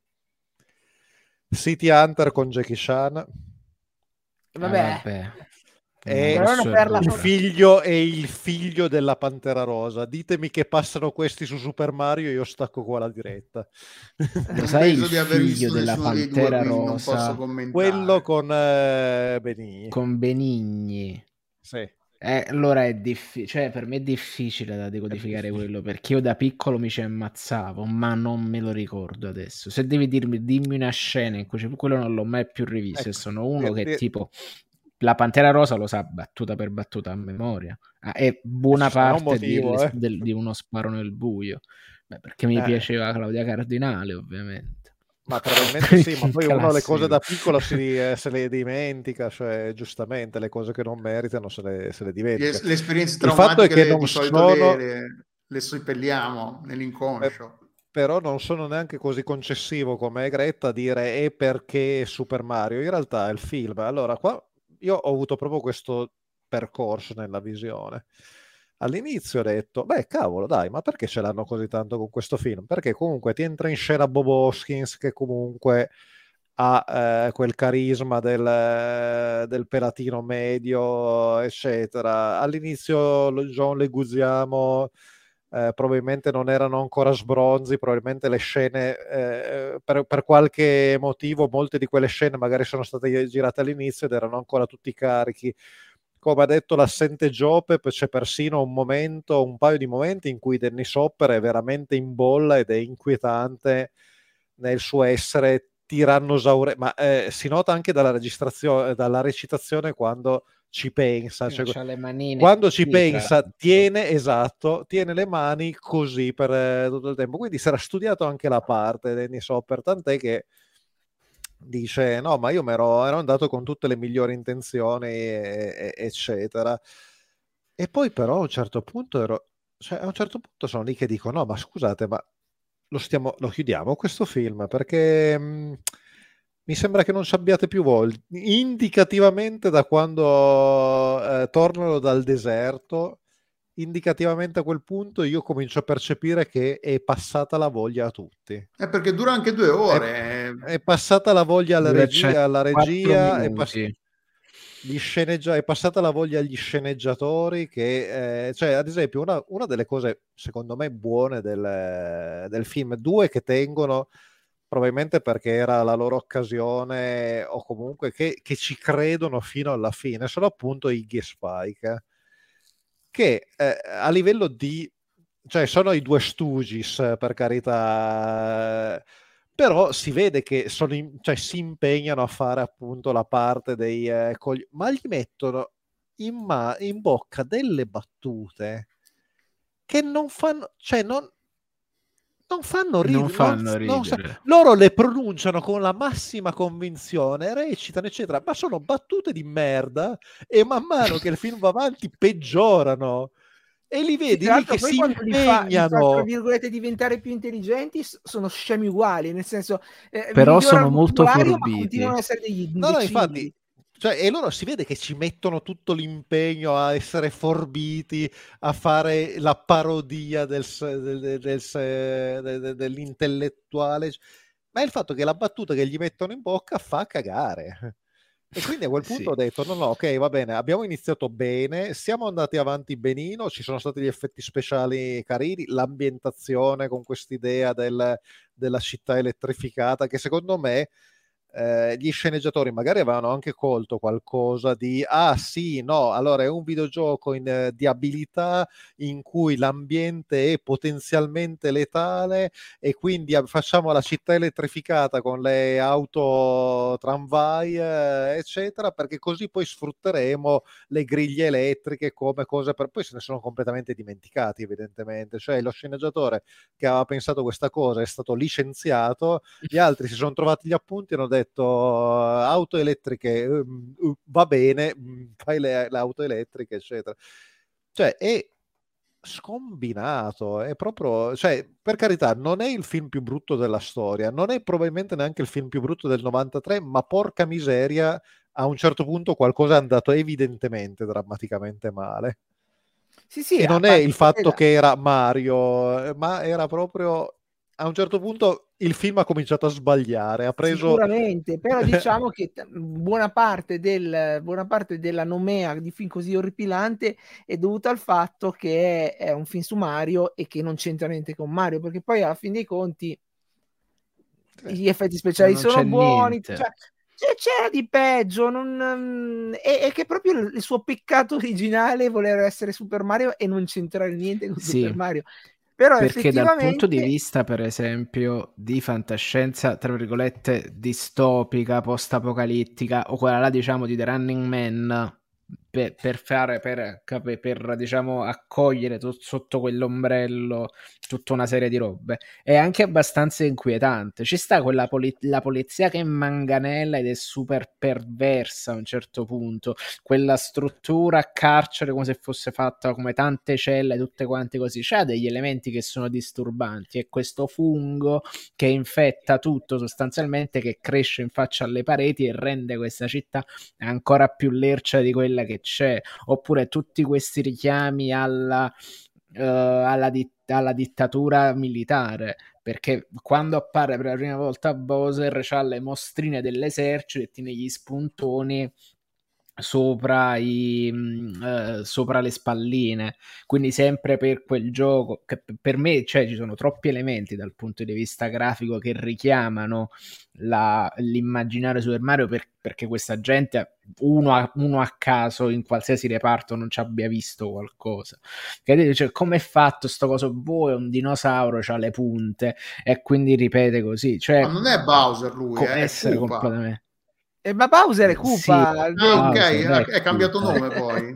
City Hunter con Jackie Chan Eh, Vabbè, vabbè. e però è una Grosso perla il proprio. errore. figlio e il figlio della Pantera Rosa. Ditemi che passano questi su Super Mario e io stacco qua la diretta. Lo Non sai il penso di aver figlio visto della nessuno dei due, Pantera quindi non posso Rosa commentare. Quello con eh, Benigni. con Benigni? Sì. Eh, allora è difficile, cioè per me è difficile da decodificare difficile. quello, perché io da piccolo mi ci ammazzavo, ma non me lo ricordo adesso. Se devi dirmi, dimmi una scena in cui c'è, quello non l'ho mai più rivisto, e Ecco, sono uno di- che di- tipo la Pantera Rosa lo sa battuta per battuta a memoria, ah, e e buona ci sarà un parte di, motivo, eh. del- di Uno sparo nel buio. Beh, perché mi Eh. piaceva Claudia Cardinale, ovviamente. Ma probabilmente sì, ma Un poi uno le cose classico. da piccolo si, eh, se le dimentica, cioè giustamente le cose che non meritano se le, se le Le, dimentica. le esperienze Il fatto è traumatiche che le- non di solito sono, le, le, le seppelliamo per- nell'inconscio. però non sono neanche così concessivo come Greta a dire è perché Super Mario. In realtà è il film. Allora, qua io ho avuto proprio questo percorso nella visione. All'inizio ho detto, beh, cavolo, dai, ma perché ce l'hanno così tanto con questo film? Perché comunque ti entra in scena Bob Hoskins, che comunque ha eh, quel carisma del, del pelatino medio, eccetera. All'inizio lo- John Leguizamo eh, probabilmente non erano ancora sbronzi, probabilmente le scene, eh, per, per qualche motivo, molte di quelle scene magari sono state girate all'inizio ed erano ancora tutti carichi. Come ha detto l'assente Jope, c'è persino un momento, un paio di momenti in cui Dennis Hopper è veramente in bolla ed è inquietante nel suo essere tirannosaure, ma eh, si nota anche dalla registrazione, dalla recitazione quando ci pensa, Sì, cioè, c'ha le manine quando ci così, tra pensa l'altro. tiene, esatto, tiene le mani così per eh, tutto il tempo, quindi si era studiato anche la parte Dennis Hopper, tant'è che dice no, ma io ero, ero andato con tutte le migliori intenzioni e, e, eccetera, e poi però a un certo punto ero, cioè, a un certo punto sono lì che dico no, ma scusate, ma lo, stiamo, lo chiudiamo questo film perché mh, mi sembra che non ci abbiate più voglia. Indicativamente da quando eh, tornano dal deserto, indicativamente a quel punto io comincio a percepire che è passata la voglia a tutti. È perché dura anche due È, ore. eh. è passata la voglia alla Dura regia, alla quattro regia, è, pass- minuti. gli sceneggia- è passata la voglia agli sceneggiatori che, eh, cioè, ad esempio, una, una delle cose, secondo me, buone del, del film, due che tengono, probabilmente perché era la loro occasione, o comunque che, che ci credono fino alla fine, sono appunto Iggy e Spike, che eh, a livello di... cioè, sono i due Stooges, per carità, eh, però si vede che sono in- cioè, si impegnano a fare appunto la parte dei eh, cogli- ma gli mettono in, ma- in bocca delle battute che non fanno, cioè non, non fanno Non ridere, non- fanno non sa- ridere. loro le pronunciano con la massima convinzione, recitano, eccetera, ma sono battute di merda e man mano che il film va avanti peggiorano. E li Sì, vedi tra lì l'altro che poi si quando li fa, li fa, tra impegnano. virgolette, diventare più intelligenti, s- sono scemi uguali, nel senso, eh, Però migliora sono il molto vocabolario, ma forbiti. continuano a essere degli No, no, infatti, imbecilli. cioè, e loro si vede che ci mettono tutto l'impegno a essere forbiti, a fare la parodia del, se- del- del- del se- de- de- dell'intellettuale, ma è il fatto che la battuta che gli mettono in bocca fa cagare. E quindi a quel punto Sì. ho detto: no, no, ok, va bene, abbiamo iniziato bene, siamo andati avanti benino, ci sono stati gli effetti speciali carini, l'ambientazione con quest'idea del- della città elettrificata, che secondo me eh, gli sceneggiatori magari avevano anche colto qualcosa di ah sì, no, allora è un videogioco in, eh, di abilità in cui l'ambiente è potenzialmente letale e quindi ah, facciamo la città elettrificata con le auto tramvai eh, eccetera, perché così poi sfrutteremo le griglie elettriche come cose per poi se ne sono completamente dimenticati evidentemente, cioè lo sceneggiatore che aveva pensato questa cosa è stato licenziato, gli altri si sono trovati gli appunti e hanno detto auto elettriche um, uh, va bene, um, fai le, le auto elettriche eccetera, cioè è scombinato, è proprio, cioè, per carità, non è il film più brutto della storia, non è probabilmente neanche il film più brutto del novantatré, ma porca miseria, a un certo punto qualcosa è andato evidentemente drammaticamente male. Sì, sì, E a non è il parte fatto quella. che era Mario, eh, ma era proprio a un certo punto il film ha cominciato a sbagliare, ha preso Sicuramente, però diciamo che t- buona parte, del, buona parte della nomea di film così orripilante è dovuta al fatto che è, è un film su Mario e che non c'entra niente con Mario, perché poi alla fin dei conti gli effetti speciali Non c'è sono buoni, niente. cioè, c'è- c'era di peggio, non, ehm, è, è che proprio il, il suo peccato originale è voler essere Super Mario e non c'entrare niente con Super Sì, Mario. Però perché dal punto di effettivamente vista, per esempio, di fantascienza, tra virgolette, distopica, post-apocalittica, o quella là, diciamo, di The Running Man, per, per fare, per, cap- per, diciamo, accogliere tut- sotto quell'ombrello tutta una serie di robe, è anche abbastanza inquietante. Ci sta quella poli- la polizia che è manganella ed è super perversa a un certo punto, quella struttura a carcere come se fosse fatta come tante celle, tutte quante così, c'ha degli elementi che sono disturbanti e questo fungo che infetta tutto sostanzialmente, che cresce in faccia alle pareti e rende questa città ancora più lercia di quella che c'è, oppure tutti questi richiami alla, uh, alla, di- alla dittatura militare, perché quando appare per la prima volta Bowser c'ha le mostrine dell'esercito e tiene gli spuntoni sopra i mh, eh, sopra le spalline, quindi sempre per quel gioco che p- per me, cioè, ci sono troppi elementi dal punto di vista grafico che richiamano la- l'immaginario Super Mario per- perché questa gente uno a, uno a caso in qualsiasi reparto non ci abbia visto qualcosa. Capite? Cioè, come è fatto sto coso? Boh, è un dinosauro, c'ha le punte e quindi ripete così, cioè Ma non è Bowser lui, co- eh, è essere Koopa. completamente E ma Bowser è sì, Koopa. Ah, ok, Bowser ha- è è cambiato Koopa. nome poi.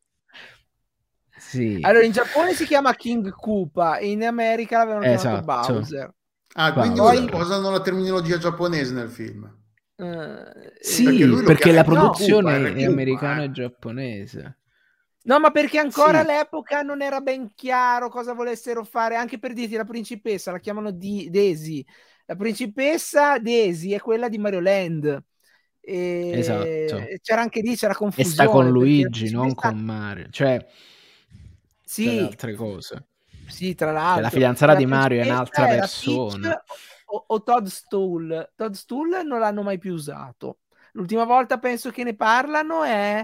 Sì, Allora, in Giappone si chiama King Koopa e in America l'avevano chiamato esatto. Bowser. Ah, quindi Bowser. Poi- usano la terminologia giapponese nel film. Eh, Sì, Perché eh, lui lo perché chiama- la è Koopa, produzione è è Koopa, americana eh. e giapponese. No, ma perché ancora Sì. all'epoca non era ben chiaro cosa volessero fare, anche per dirti la principessa, la chiamano di- Daisy. La principessa Daisy è quella di Mario Land. E Esatto. c'era anche lì, c'era E confusione. sta con perché la Luigi, non principessa- con Mario. Cioè, Sì, per altre cose. sì, tra Cioè, l'altro. la fidanzata La di Mario è principessa un'altra era persona. Peach o, o Toadstool. Toadstool non l'hanno mai più usato. L'ultima volta penso che ne parlano è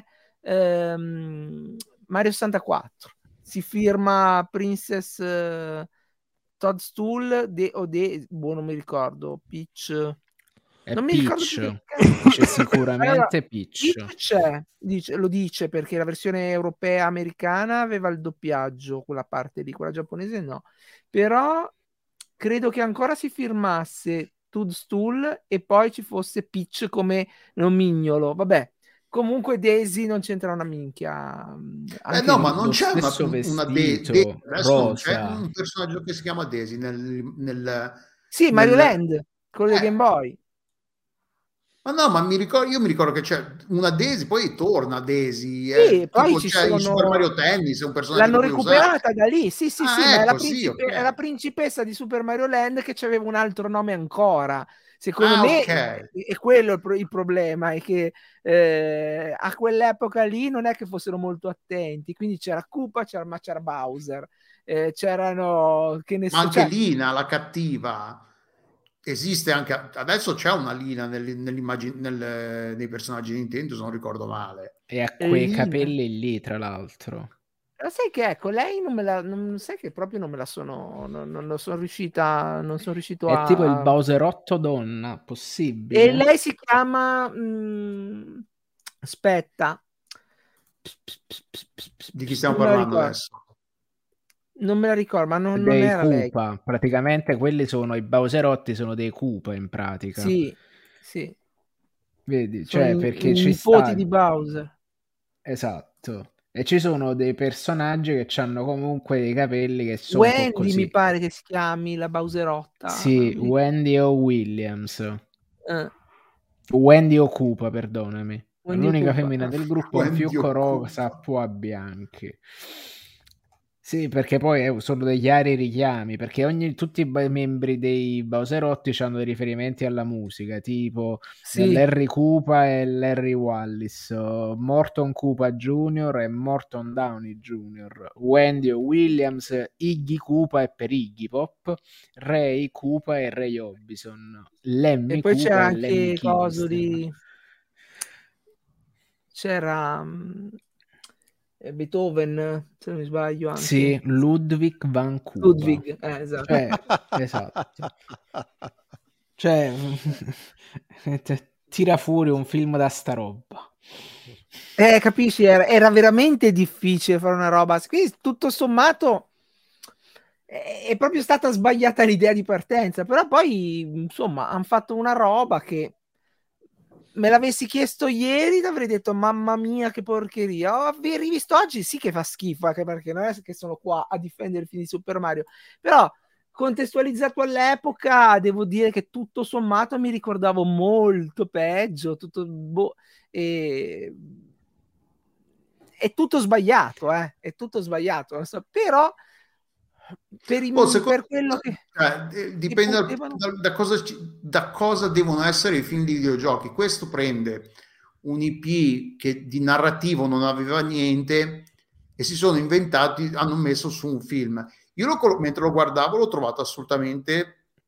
ehm, Mario sessantaquattro. Si firma Princess eh, Toadstool de, o de, boh, non mi ricordo. Peach. È Non mi ricordo più Peach. che cazzo. C'è sicuramente Allora, Peach. Peach c'è, dice- lo dice perché la versione europea americana aveva il doppiaggio, quella parte lì, quella giapponese no. Però credo che ancora si firmasse Toadstool e poi ci fosse Peach come nomignolo. Vabbè, comunque Daisy non c'entra una minchia. Eh Anche no, lì. ma non Lo c'è una, stesso una De- vestito, De- adesso non c'è rosa. un personaggio che si chiama Daisy nel, nel, Sì, Mario nel- Land, quello del Eh. Game Boy. Ma no, ma mi ricordo, io mi ricordo che c'è una Daisy, poi torna Daisy. Sì, eh, poi tipo ci c'è in sono- Super Mario Tennis, è un personaggio L'hanno che puoi usare. recuperata da lì, sì, sì, Ah, sì, ma è la, ecco, sì, principe- ok. è la principessa di Super Mario Land che aveva un altro nome ancora. Secondo Ah, me ok. è, è quello il, pro- il problema, è che eh, a quell'epoca lì non è che fossero molto attenti, quindi c'era Koopa, c'era, ma c'era Bowser, eh, c'erano, che ne Ma so, anche cioè, Lina, la cattiva, esiste anche adesso, c'è una Lina nel, nell'immagine nel, nei personaggi di Nintendo, se non ricordo male. E ha quei Lina. capelli lì, tra l'altro. Ma sai che ecco, lei non me la, non sai che proprio non me la sono, non, non lo sono riuscita, non sono riuscito È a... tipo il Bowserotto donna, E possibile? lei si chiama, mm, aspetta, Di chi stiamo non me la parlando ricordo. adesso? Non me la ricordo, ma non, non Dei era lei. Koopa, praticamente quelli sono i Bowserotti, sono dei Koopa in pratica. Sì, sì, Vedi, sono cioè i, perché i ci nipoti sta di Bowser. esatto. E ci sono dei personaggi che hanno comunque dei capelli che sono un po' Wendy così. mi pare che si chiami la Bowserotta. Sì, Mi- Wendy o Williams. eh, Wendy o Koopa, perdonami. Wendy L'unica Koopa, femmina eh. del gruppo è un Wendy fiocco o rosa a Koopa. pua bianchi. Sì, perché poi eh, sono dei chiari richiami, perché ogni, tutti i ba- membri dei Bowserotti hanno dei riferimenti alla musica, tipo Sì, Larry Koopa e Larry Wallis, uh, Morton Koopa Junior e Morton Downey Junior, Wendy o Williams, Iggy Koopa e per Iggy Pop, Ray Koopa e Ray Orbison, Lemmy e poi Koopa c'era e Lemmy anche coso Kilmister. di... C'era mm, eh, Beethoven, se non mi sbaglio anche. Sì, Ludwig van Koopa. Ludwig, eh, esatto. Cioè, esatto. Cioè, tira fuori un film da sta roba. Eh, capisci, era, era veramente difficile fare una roba. Quindi, tutto sommato, è, è proprio stata sbagliata l'idea di partenza. Però poi, insomma, hanno fatto una roba che me l'avessi chiesto ieri, ti avrei detto, mamma mia, che porcheria. Ho rivisto oggi, sì che fa schifo, anche perché non è che sono qua a difendere il film di Super Mario. Però, contestualizzato all'epoca, devo dire che tutto sommato mi ricordavo molto peggio. Tutto, boh, e... È tutto sbagliato, eh? È tutto sbagliato. Non so. Però, per, i, Oh, secondo per quello che... eh, eh, dipende che da, potevano... da- da cosa, ci- da cosa devono essere i film di videogiochi. Questo prende un I P che di narrativo non aveva niente e si sono inventati, hanno messo su un film. Io lo, mentre lo guardavo l'ho trovato assolutamente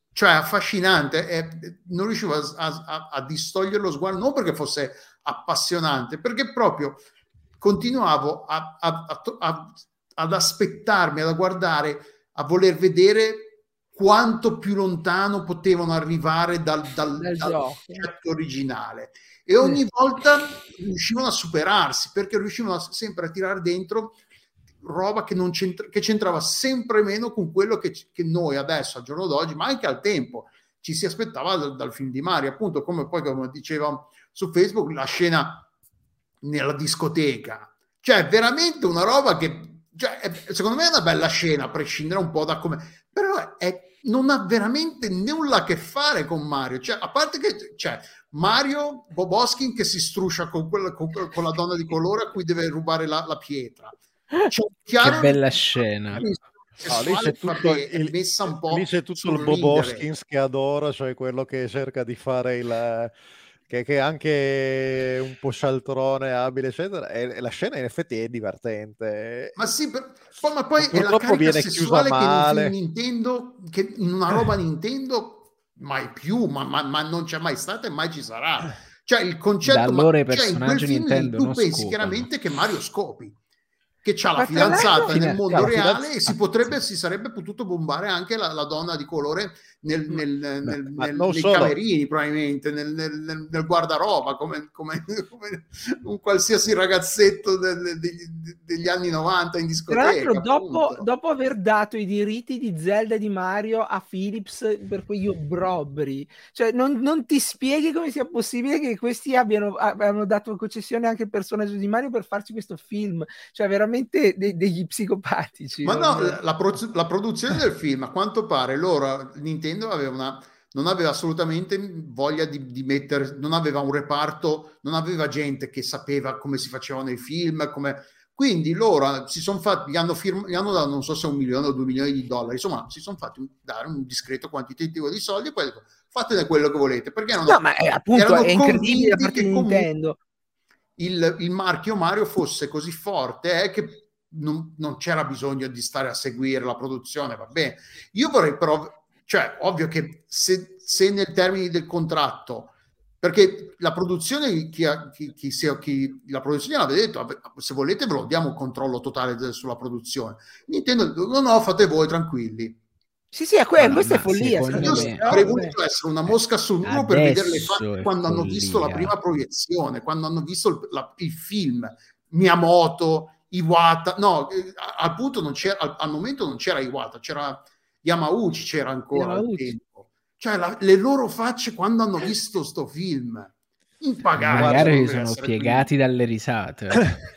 cioè affascinante, è, non riuscivo a, a, a distogliere lo sguardo, non perché fosse appassionante, perché proprio continuavo a, a, a, a, ad aspettarmi, ad guardare, a voler vedere quanto più lontano potevano arrivare dal, dal, Dal dal gioco. concetto originale, e ogni volta riuscivano a superarsi, perché riuscivano a, sempre a tirare dentro roba che, non c'entra, che c'entrava sempre meno con quello che, che noi adesso al giorno d'oggi, ma anche al tempo, ci si aspettava dal, dal film di Mario, appunto, come poi come diceva su Facebook la scena nella discoteca, cioè veramente una roba che, cioè, è, secondo me è una bella scena, a prescindere un po' da come, però è, non ha veramente nulla a che fare con Mario, cioè, a parte che c'è Mario Bob Hoskin che si struscia con, quella, con, con la donna di colore a cui deve rubare la, la pietra. C'è chiaro che bella scena. No, lì c'è tutto, vabbè, il, è messa un po' lì c'è tutto il Bob Hoskins che adora, cioè quello che cerca di fare il che, che è anche un po' scialtrone, abile, eccetera, e, e la scena in effetti è divertente. Ma sì, per, poi, ma poi è la purtroppo carica viene sessuale chiusa che in un male. film Nintendo, che in una roba Nintendo mai più, ma, ma, ma non c'è mai stata e mai ci sarà. Cioè il concetto, Da allora ma, i cioè, in quel personaggi film Nintendo tu non pensi scopano. chiaramente che Mario scopi, che c'ha la Ma tra l'altro- fidanzata Fine- nel mondo c'ha la reale fidanz- e si potrebbe, si sarebbe potuto bombare anche la, la donna di colore nel, nel, nel, ma nel, non nei solo. camerini, probabilmente nel, nel, nel guardaroba, come, come, come un qualsiasi ragazzetto del- degli, degli anni novanta in Tra l'altro, discoteca. dopo, appunto. dopo aver dato i diritti di Zelda e di Mario a Philips per quegli obbrobri, cioè non, non ti spieghi come sia possibile che questi abbiano, abbiano dato concessione anche al personaggio di Mario per farci questo film, cioè veramente de- degli psicopatici. Ma non- no, la, la pro- la produzione del film, a quanto pare, loro, Nintendo aveva una, non aveva assolutamente voglia di, di mettere, non aveva un reparto, non aveva gente che sapeva come si facevano i film, come, quindi loro si sono fatti, gli hanno, firm, gli hanno dato non so se un milione o due milioni di dollari, insomma, si sono fatti dare un discreto quantitativo di soldi e poi detto, fatene quello che volete, perché erano, No, ma è, appunto erano è incredibile da convinti parte che di comunque Nintendo. il, il marchio Mario fosse così forte eh, che non, non c'era bisogno di stare a seguire la produzione, va bene. Io vorrei però, cioè, ovvio che se, se nel termine del contratto, perché la produzione, chi, chi, chi, chi, la produzione l'aveva detto, se volete ve lo diamo controllo totale sulla produzione. Nintendo, no, no, fate voi tranquilli. Sì, sì, è que- Allora, questa è ma follia. secondo secondo Io me- me. avrei No, voluto beh. essere una mosca sul muro per vedere le facce Adesso è quando hanno visto la follia. prima proiezione, quando hanno visto il, la, il film Miyamoto, Iwata, no, eh, al punto non c'era, al, al momento non c'era Iwata, c'era Yamauchi, c'era ancora al tempo. Cioè la, le loro facce quando hanno visto sto film, impagabili. Magari sono piegati quindi. dalle risate.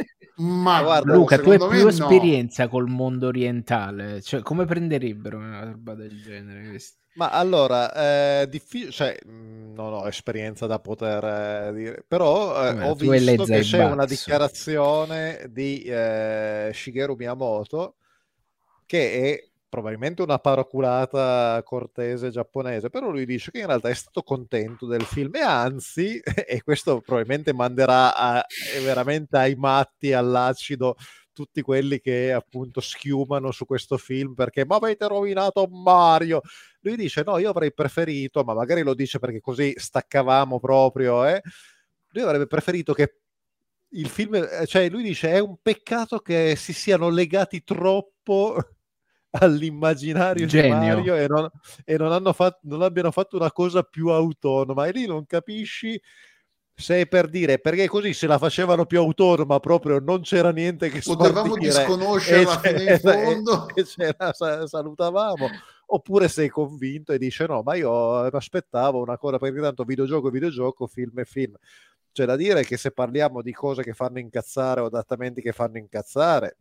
Ma guarda, Luca, tu hai più me esperienza no. col mondo orientale, cioè come prenderebbero una roba del genere? Questi? Ma allora, è difficile, cioè, non ho esperienza da poter eh, dire, però eh, ho visto che c'è una dichiarazione di eh, Shigeru Miyamoto che è probabilmente una paraculata cortese giapponese, però lui dice che in realtà è stato contento del film e anzi, e questo probabilmente manderà a, veramente ai matti, all'acido, tutti quelli che appunto schiumano su questo film perché ma avete rovinato Mario. Lui dice no, io avrei preferito, ma magari lo dice perché così staccavamo proprio, eh? Lui avrebbe preferito che il film, cioè lui dice è un peccato che si siano legati troppo all'immaginario Genio. di Mario e, non, e non, hanno fatto, non abbiano fatto una cosa più autonoma, e lì non capisci se è per dire perché così se la facevano più autonoma proprio non c'era niente che potevamo disconoscerla fino in fondo e, e ce la salutavamo, oppure sei convinto e dice no, ma io aspettavo una cosa, perché tanto videogioco è videogioco, film è film. C'è da dire che se parliamo di cose che fanno incazzare o adattamenti che fanno incazzare,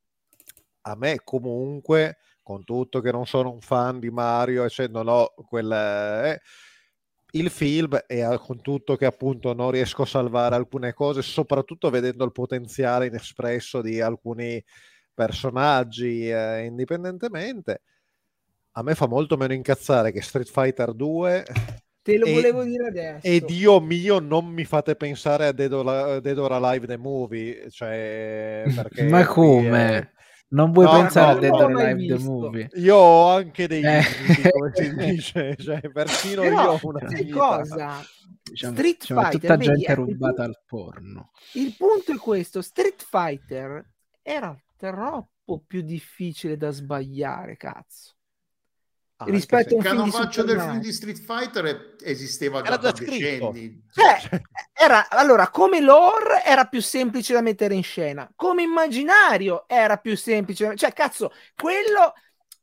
a me comunque, con tutto che non sono un fan di Mario, cioè non ho quel eh, il film, e con tutto che appunto non riesco a salvare alcune cose, soprattutto vedendo il potenziale inespresso di alcuni personaggi eh, indipendentemente, a me fa molto meno incazzare che Street Fighter due. Te lo e, volevo dire adesso. E Dio mio, non mi fate pensare a Dead or, Dead or Alive the Movie, cioè, perché ma come? Non vuoi No, pensare no, a Dead no. or Non l'ho mai Alive the visto. Movie? Io ho anche dei Eh. limiti, come si dice, cioè, persino io Però, ho una sai dignità. cosa? Diciamo, Street diciamo, è Fighter, tutta vedi, gente ecco, il, rubata pu- al porno. il punto è questo, Street Fighter era troppo più difficile da sbagliare, cazzo. Anche Rispetto se a un film di canovaccio Super del Mario. film di Street Fighter esisteva era già già da scritto. decenni. Cioè, era, allora, come lore era più semplice da mettere in scena, come immaginario era più semplice, cioè, cazzo, quello,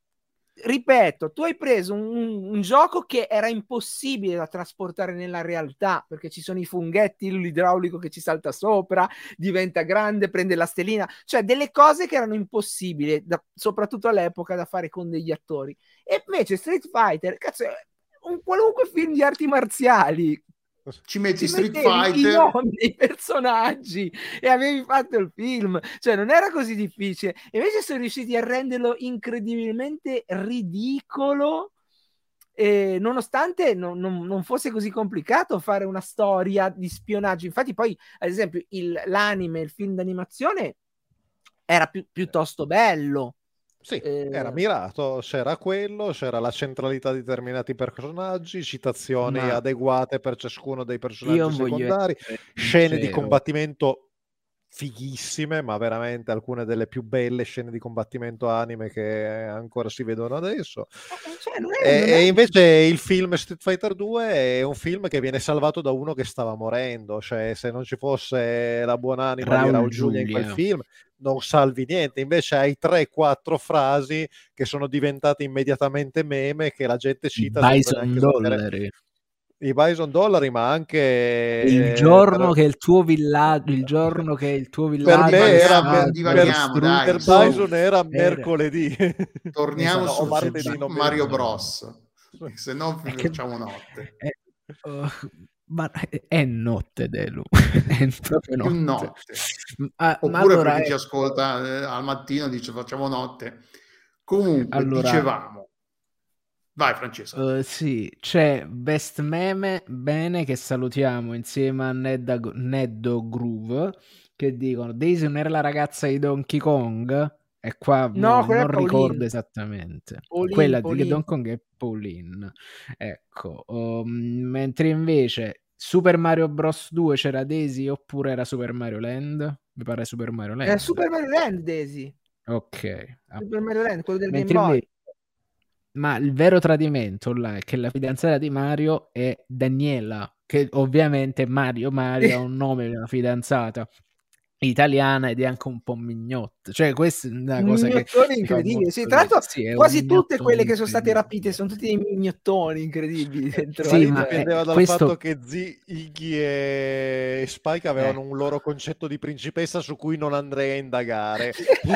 ripeto, tu hai preso un, un gioco che era impossibile da trasportare nella realtà, perché ci sono i funghetti, l'idraulico che ci salta sopra, diventa grande, prende la stellina, cioè delle cose che erano impossibili, da, soprattutto all'epoca, da fare con degli attori. E invece Street Fighter, cazzo, un qualunque film di arti marziali, ci metti ci Street mettevi i Fighter, nomi dei personaggi e avevi fatto il film, cioè non era così difficile. E invece sono riusciti a renderlo incredibilmente ridicolo, eh, nonostante non, non, non fosse così complicato fare una storia di spionaggio. Infatti poi, ad esempio, il, l'anime, il film d'animazione era pi- piuttosto bello. Sì, Eh, era mirato, c'era quello, c'era la centralità di determinati personaggi, citazioni Ma adeguate per ciascuno dei personaggi io voglio secondari, essere scene di sincero. combattimento fighissime, ma veramente alcune delle più belle scene di combattimento anime che ancora si vedono adesso. eh, cioè, non è, E, non e è... invece il film Street Fighter due è un film che viene salvato da uno che stava morendo, cioè se non ci fosse la buonanima di Raul Raul Julia in quel Julia. film non salvi niente, invece hai tre quattro frasi che sono diventate immediatamente meme che la gente I cita senza Bison neanche sapere. dollari. I Bison dollari, ma anche Il eh, giorno per, che il tuo villaggio, il giorno che il tuo per villaggio me è era divaghiamo, me- stato divaghiamo, dai, per distrutto, Bison era era- mercoledì. torniamo Esatto, No, o su, su martedì, Super non mi Mario ricordo. Bros, se no è che- facciamo notte. è, oh, ma è notte, Delu. È proprio Più notte. notte. Ma, ma Oppure allora, per chi ci ecco, ascolta eh, al mattino dice facciamo notte. Comunque, allora dicevamo, vai Francesco. eh, sì, c'è Best Meme, bene, che salutiamo insieme a Nedda, Neddo Groove, che dicono Daisy non era la ragazza di Donkey Kong? E qua No, mo quella è non ricordo Pauline. esattamente. Pauline, Quella di Pauline. Donkey Kong è Pauline. Ecco, um, mentre invece Super Mario Bros. due c'era Daisy oppure era Super Mario Land? Mi pare Super Mario Land. È Super Mario Land, Daisy. Ok. Ah. Super Mario Land, quello del Mentre Game Boy. invece, ma il vero tradimento là è che la fidanzata di Mario è Daniela, che ovviamente Mario Mario ha un nome di una fidanzata italiana ed è anche un po' mignotta, cioè questa è una Un cosa che mignottone mi fa incredibile. molto Sì, tra ridere. l'altro, Sì, è un quasi tutte mignottone quelle che sono state rapite incredibile. sono tutti dei mignottoni incredibili dentro. Sì, Lì ma dipendeva eh, dal questo fatto che Z, Iggy e Spike avevano eh. un loro concetto di principessa su cui non andrei a indagare.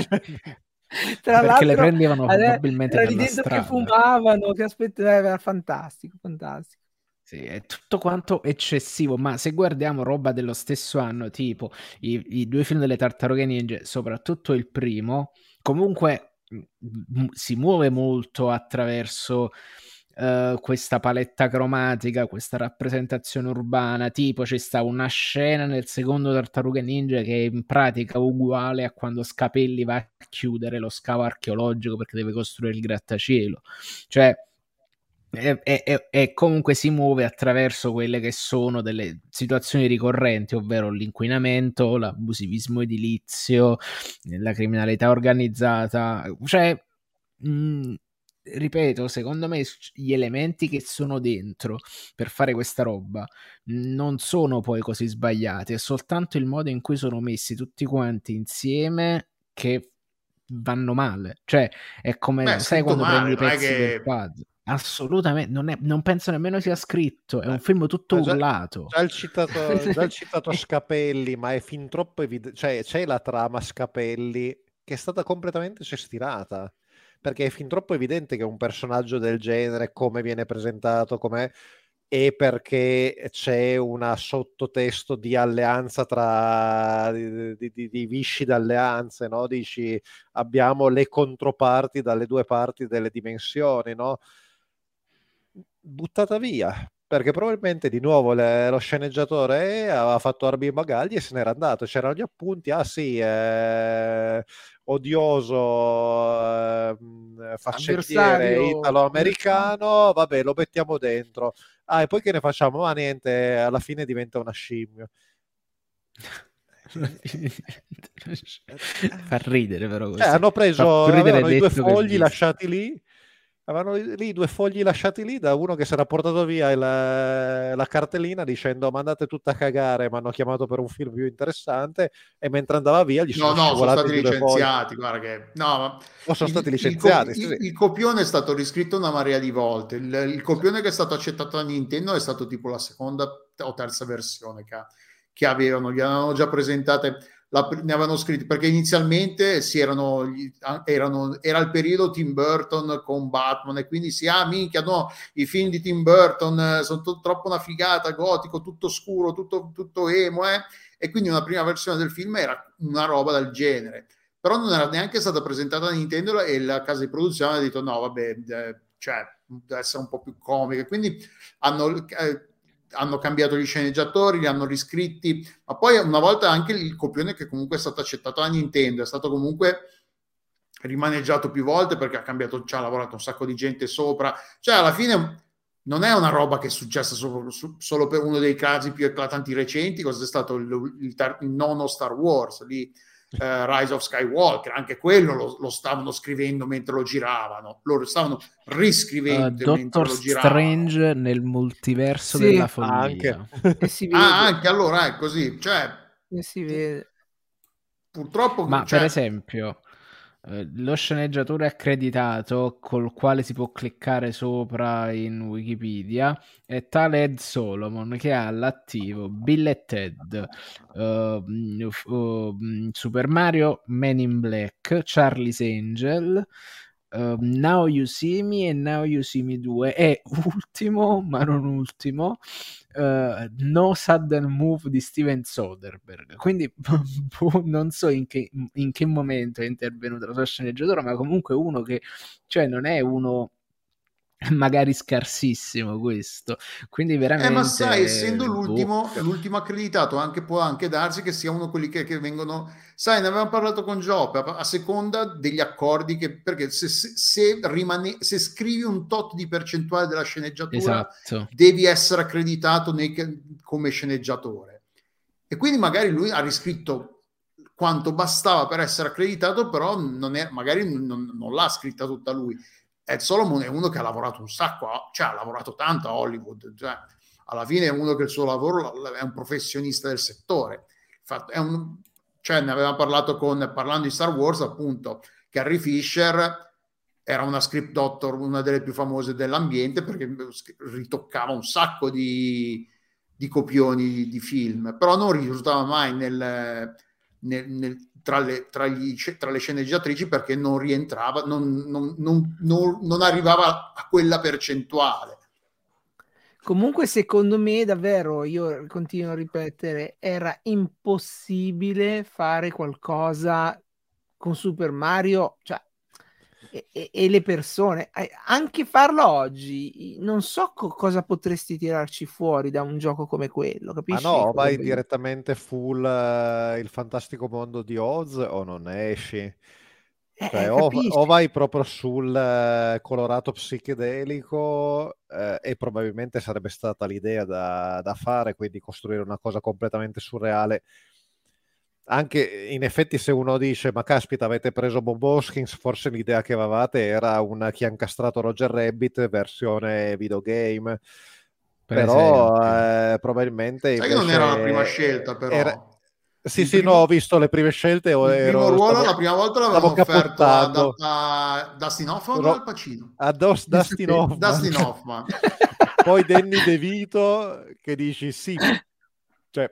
Tra perché le l'altro, prendevano ade- probabilmente era lì dalla dentro che strada. fumavano, che aspettavano, era fantastico, fantastico. Sì, è tutto quanto eccessivo, ma se guardiamo roba dello stesso anno, tipo i, i due film delle Tartarughe Ninja, soprattutto il primo, comunque m- si muove molto attraverso eh, questa paletta cromatica, questa rappresentazione urbana, tipo c'è sta una scena nel secondo Tartarughe Ninja che è in pratica uguale a quando Scapelli va a chiudere lo scavo archeologico perché deve costruire il grattacielo, cioè e, e- e comunque si muove attraverso quelle che sono delle situazioni ricorrenti, ovvero l'inquinamento, l'abusivismo edilizio, la criminalità organizzata, cioè mh, ripeto, secondo me gli elementi che sono dentro per fare questa roba non sono poi così sbagliati, è soltanto il modo in cui sono messi tutti quanti insieme che vanno male, cioè è come, Beh, è sai, scritto quando prendi male, i non è pezzi del che... puzzle. Assolutamente, non, è, non penso nemmeno sia scritto, è un Eh, film tutto ma già, urlato. già il citato, già il citato Scapelli, ma è fin troppo evidente, cioè c'è la trama Scapelli che è stata completamente cestinata, perché è fin troppo evidente che un personaggio del genere, come viene presentato, com'è, e perché c'è una sottotesto di alleanza tra di, di, di, di visci d'alleanze, no? Dici abbiamo le controparti dalle due parti delle dimensioni, no? Buttata via, perché probabilmente di nuovo le, lo sceneggiatore aveva fatto armi e bagagli e se n'era andato. C'erano gli appunti, ah sì, eh, odioso, eh, faccendiere Avversario. italo-americano, vabbè, lo mettiamo dentro. Ah, e poi che ne facciamo? Ah, niente, alla fine diventa una scimmia. Fa ridere però così. Cioè, hanno Fa preso, più ridere avevano i due detto che fogli visto. lasciati lì, avevano lì due fogli lasciati lì da uno che si era portato via il- la cartellina dicendo mandate tutta a cagare, mi hanno chiamato per un film più interessante, e mentre andava via gli No, sono no, sono scivolati stati i due fogli. licenziati, guarda che... No, ma O sono il, stati il licenziati, co- sì, il- sì. il copione è stato riscritto una marea di volte. Il, il copione che è stato accettato da Nintendo è stato tipo la seconda o terza versione che, che avevano, gli avevano già presentate, la, ne avevano scritti, perché inizialmente si erano, erano, era il periodo Tim Burton con Batman, e quindi si, ah minchia, no, i film di Tim Burton sono to- troppo una figata, gotico, tutto scuro, tutto, tutto emo, eh? E quindi una prima versione del film era una roba del genere, però non era neanche stata presentata da Nintendo e la casa di produzione ha detto no vabbè, eh, cioè deve essere un po' più comica, quindi hanno, eh, hanno cambiato gli sceneggiatori, li hanno riscritti, ma poi una volta anche il copione, che comunque è stato accettato da Nintendo, è stato comunque rimaneggiato più volte perché ha cambiato, ci ha lavorato un sacco di gente sopra, cioè alla fine non è una roba che è successa solo, solo per uno dei casi più eclatanti recenti. Cos'è stato il, il, il nono Star Wars, lì, uh, Rise of Skywalker, anche quello lo, lo stavano scrivendo mentre lo giravano, lo stavano riscrivendo uh, mentre Doctor lo giravano. Strange nel multiverso Sì, della follia. Anche. E si vede. Ah, anche allora è così, cioè E si vede. purtroppo... Ma cioè, per esempio, eh, lo sceneggiatore accreditato col quale si può cliccare sopra in Wikipedia è tale Ed Solomon, che ha all'attivo Bill e Ted, uh, uh, Super Mario, Men in Black, Charlie's Angel, uh, Now You See Me e Now You See Me due, e ultimo ma non ultimo, Uh, No Sudden Move di Steven Soderbergh. Quindi non so in che, in che momento è intervenuto lo sceneggiatore, ma comunque uno che, cioè, non è uno magari scarsissimo questo, quindi veramente eh, ma sai, essendo l'ultimo, boh. l'ultimo accreditato, anche, può anche darsi che sia uno di quelli che, che vengono, sai, ne avevamo parlato con Giop, a, a seconda degli accordi, che, perché se, se, se, rimane, se scrivi un tot di percentuale della sceneggiatura, esatto, devi essere accreditato nei, come sceneggiatore, e quindi magari lui ha riscritto quanto bastava per essere accreditato, però non è, magari non, non l'ha scritta tutta lui. Ed Solomon è uno che ha lavorato un sacco, cioè ha lavorato tanto a Hollywood, cioè alla fine è uno che il suo lavoro è un professionista del settore. È un, cioè ne avevamo parlato con, parlando di Star Wars, appunto, Carrie Fisher era una script doctor, una delle più famose dell'ambiente, perché ritoccava un sacco di, di copioni di film, però non risultava mai nel, nel, nel Tra le, tra, gli, tra le sceneggiatrici, perché non rientrava, non, non, non, non, non arrivava a quella percentuale. Comunque secondo me davvero, io continuo a ripetere, era impossibile fare qualcosa con Super Mario, cioè, e, e, e le persone, anche farlo oggi, non so co- cosa potresti tirarci fuori da un gioco come quello, capisci? Ma no, vai direttamente full uh, il fantastico mondo di Oz o non esci. Cioè, Eh, o, capisci? o vai proprio sul uh, colorato psichedelico, uh, e probabilmente sarebbe stata l'idea da, da fare, quindi costruire una cosa completamente surreale. Anche in effetti, se uno dice ma caspita, avete preso Bob Hoskins, forse l'idea che avevate era una chi ha incastrato Roger Rabbit versione videogame, Per però esempio. eh, probabilmente sai invece che non era la prima scelta, però era... sì il sì primo, no, ho visto le prime scelte, il primo ero, ruolo stavo, la prima volta stavo l'avevano offerto a, capottando a Dustin Hoffman o Ro- Al Pacino? a Dos- Dustin Hoffman. Dustin Hoffman. Poi Danny DeVito che dici sì, cioè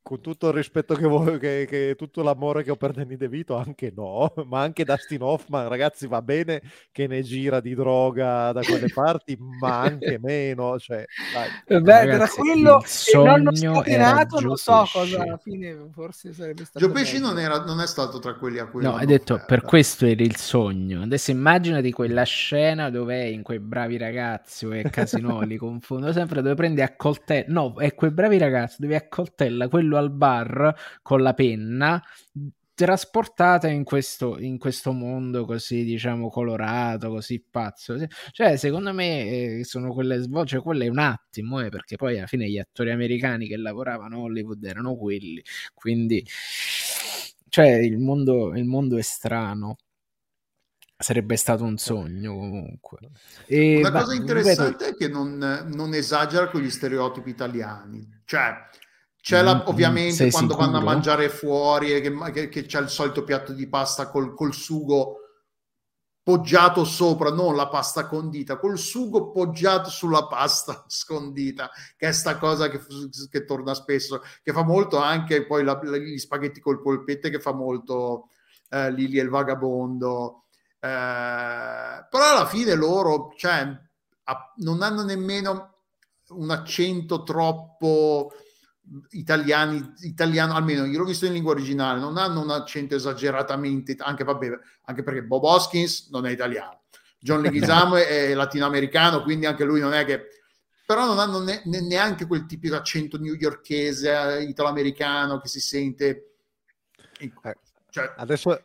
con tutto il rispetto che, vuoi, che, che tutto l'amore che ho per Danny DeVito, anche no, ma anche Dustin Hoffman, ragazzi, va bene che ne gira di droga da quelle parti, ma anche meno, cioè, dai. Beh, tra Ragazzi, quello il e nonno sogno era scatenato, non Joe so Pesci. cosa alla fine forse sarebbe stato Joe Pesci non, meglio. era, non è stato tra quelli a cui No, hai l'hanno detto offerta. per questo era il sogno. Adesso immaginati quella scena dove è in quei bravi ragazzi o è Casino, li confondo sempre, dove prende a coltella, no, è quei bravi ragazzi dove accoltella quello al bar con la penna, trasportata in questo, in questo mondo così, diciamo, colorato, così pazzo. Cioè, secondo me eh, sono quelle svolge, cioè, quello è un attimo, eh, perché poi alla fine gli attori americani che lavoravano a Hollywood erano quelli, quindi cioè il mondo, il mondo è strano. Sarebbe stato un sogno comunque. E, Una bah, cosa ripeto, interessante è che non, non esagera con gli stereotipi italiani. Cioè, c'è la, ovviamente sei quando sicuro? vanno a mangiare fuori e che, che, che c'è il solito piatto di pasta col, col sugo poggiato sopra, non la pasta condita, col sugo poggiato sulla pasta scondita, che è sta cosa che, che torna spesso, che fa molto anche poi la, gli spaghetti col polpette, che fa molto eh, Lili e il vagabondo. Eh, però alla fine loro, cioè, a, non hanno nemmeno un accento troppo italiani, italiano, almeno io l'ho visto in lingua originale, non hanno un accento esageratamente, anche, vabbè, anche perché Bob Hoskins non è italiano, John Leguizamo è latinoamericano, quindi anche lui non è che, però non hanno ne, ne, neanche quel tipico accento newyorkese, italo-americano che si sente, cioè, adesso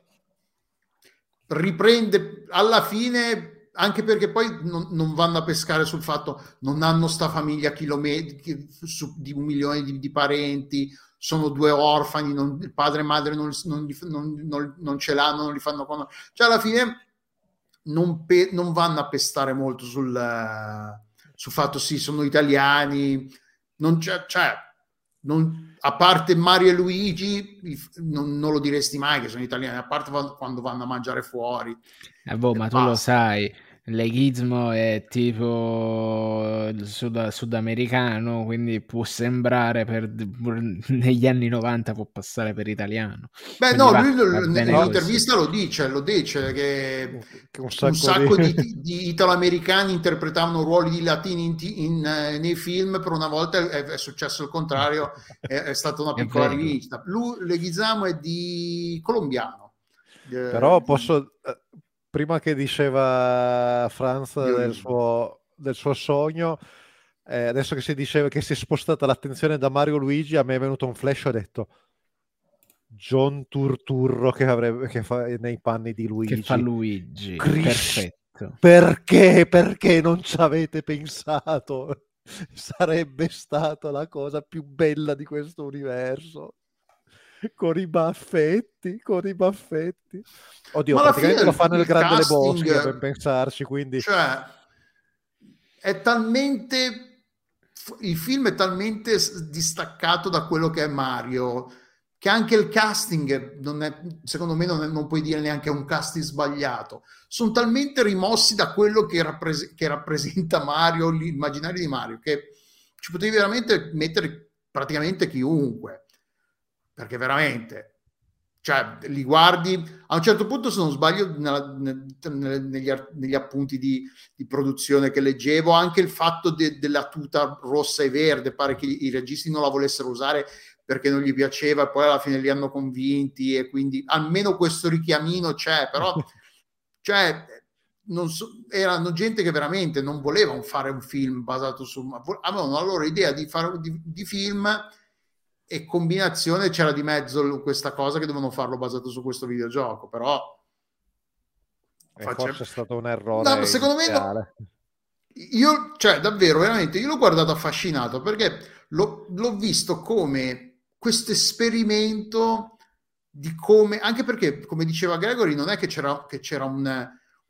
riprende alla fine, anche perché poi non, non vanno a pescare sul fatto non hanno sta famiglia chilometri su, di un milione di, di parenti, sono due orfani, non, il padre e madre non, non, non, non ce l'hanno, non li fanno conoscere, cioè alla fine non, pe, non vanno a pestare molto sul, sul fatto sì, sono italiani, non c'è, cioè non, a parte Mario e Luigi non, non lo diresti mai che sono italiani, a parte quando vanno a mangiare fuori. Eh, boh, ma tu basta. lo sai, l'eghismo è tipo sud- sudamericano, quindi può sembrare per negli anni novanta può passare per italiano. Beh, Quindi no, va, lui va bene nell'intervista così. lo dice, lo dice che, che un un sacco, sacco di... di, di italo-americani interpretavano ruoli di latini in, in, in, nei film, per una volta è, è successo il contrario, è, è stata una piccola rivincita. Lui, Leguizamo è di colombiano. Però posso, prima che diceva Franz del suo, del suo sogno, eh, adesso che si diceva che si è spostata l'attenzione da Mario Luigi, a me è venuto un flash, ho detto John Turturro che avrebbe che fa nei panni di Luigi. Che fa Luigi, Cristo, perfetto. Perché? Perché non ci avete pensato? Sarebbe stata la cosa più bella di questo universo. Con i baffetti, con i baffetti. Oddio, ma alla praticamente fine lo fa nel il Grande casting, Lebowski, a ben pensarci, quindi... Cioè, è talmente... Il film è talmente distaccato da quello che è Mario, che anche il casting, non è, secondo me, non, è, non puoi dire neanche un casting sbagliato. Sono talmente rimossi da quello che, rappres- che rappresenta Mario, l'immaginario di Mario, che ci potevi veramente mettere praticamente chiunque. Perché veramente, cioè, li guardi a un certo punto, se non sbaglio, nella, nella, negli, negli appunti di, di produzione che leggevo, anche il fatto de, della tuta rossa e verde, pare che i registi non la volessero usare perché non gli piaceva, poi alla fine li hanno convinti e quindi almeno questo richiamino c'è, però cioè, non so, erano gente che veramente non volevano fare un film basato su, avevano la loro idea di fare di, di film, e combinazione c'era di mezzo questa cosa che dovevano farlo basato su questo videogioco, però faccia... forse è stato un errore. No, secondo iniziale. me no. Io, cioè davvero, veramente, io l'ho guardato affascinato perché l'ho, l'ho visto come questo esperimento di come, anche perché, come diceva Gregory, non è che c'era, che c'era un,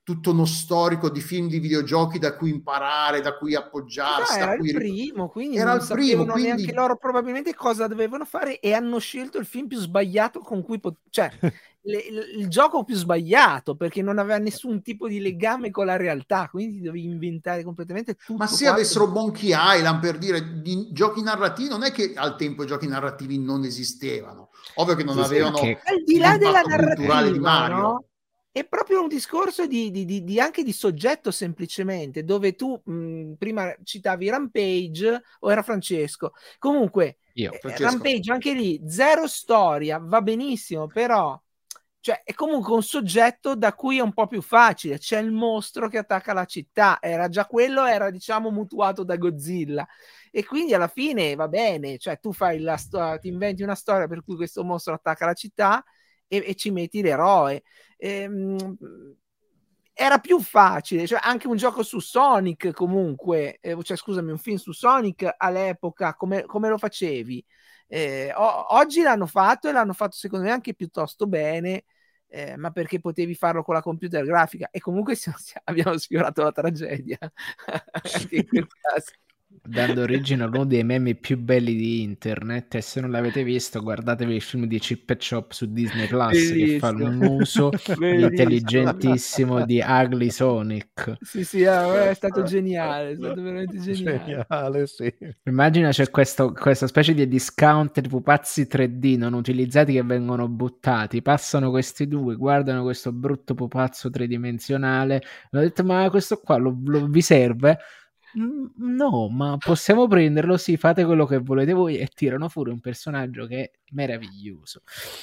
tutto uno storico di film di videogiochi da cui imparare, da cui appoggiarsi. No, era da cui... il primo, quindi era non il sapevano primo, quindi... neanche loro probabilmente cosa dovevano fare e hanno scelto il film più sbagliato con cui pot- cioè le, il, il gioco più sbagliato, perché non aveva nessun tipo di legame con la realtà, quindi dovevi inventare completamente tutto. Ma se quanto... avessero Monkey Island, per dire, di giochi narrativi, non è che al tempo i giochi narrativi non esistevano, ovvio che non sì, avevano sì, al di là della culturale di Mario, no? È proprio un discorso di, di, di, di anche di soggetto, semplicemente, dove tu mh, prima citavi Rampage, o era Francesco? Comunque, Io, eh, Rampage, anche lì, zero storia, va benissimo, però cioè, è comunque un soggetto da cui è un po' più facile. C'è il mostro che attacca la città, era già quello, era diciamo mutuato da Godzilla. E quindi alla fine va bene, cioè tu fai la storia, ti inventi una storia per cui questo mostro attacca la città e, e ci metti l'eroe. Ehm, era più facile, cioè anche un gioco su Sonic comunque, eh, cioè scusami, un film su Sonic all'epoca, come, come lo facevi? Eh, o- oggi l'hanno fatto e l'hanno fatto secondo me anche piuttosto bene, eh, ma perché potevi farlo con la computer grafica e comunque siamo, abbiamo sfiorato la tragedia anche in quel caso. Dando origine a uno dei meme più belli di internet, e se non l'avete visto guardatevi il film di Chip e Chop su Disney Plus, Bellissimo. che fa un uso intelligentissimo di Ugly Sonic. Sì, sì, è stato geniale, è stato veramente geniale. Geniale, sì. Immagina c'è questo, questa specie di discounter pupazzi tre D non utilizzati che vengono buttati, passano questi due, guardano questo brutto pupazzo tridimensionale, hanno detto ma questo qua lo, lo, vi serve? No, ma possiamo prenderlo, sì, fate quello che volete voi, e tirano fuori un personaggio che è meraviglioso.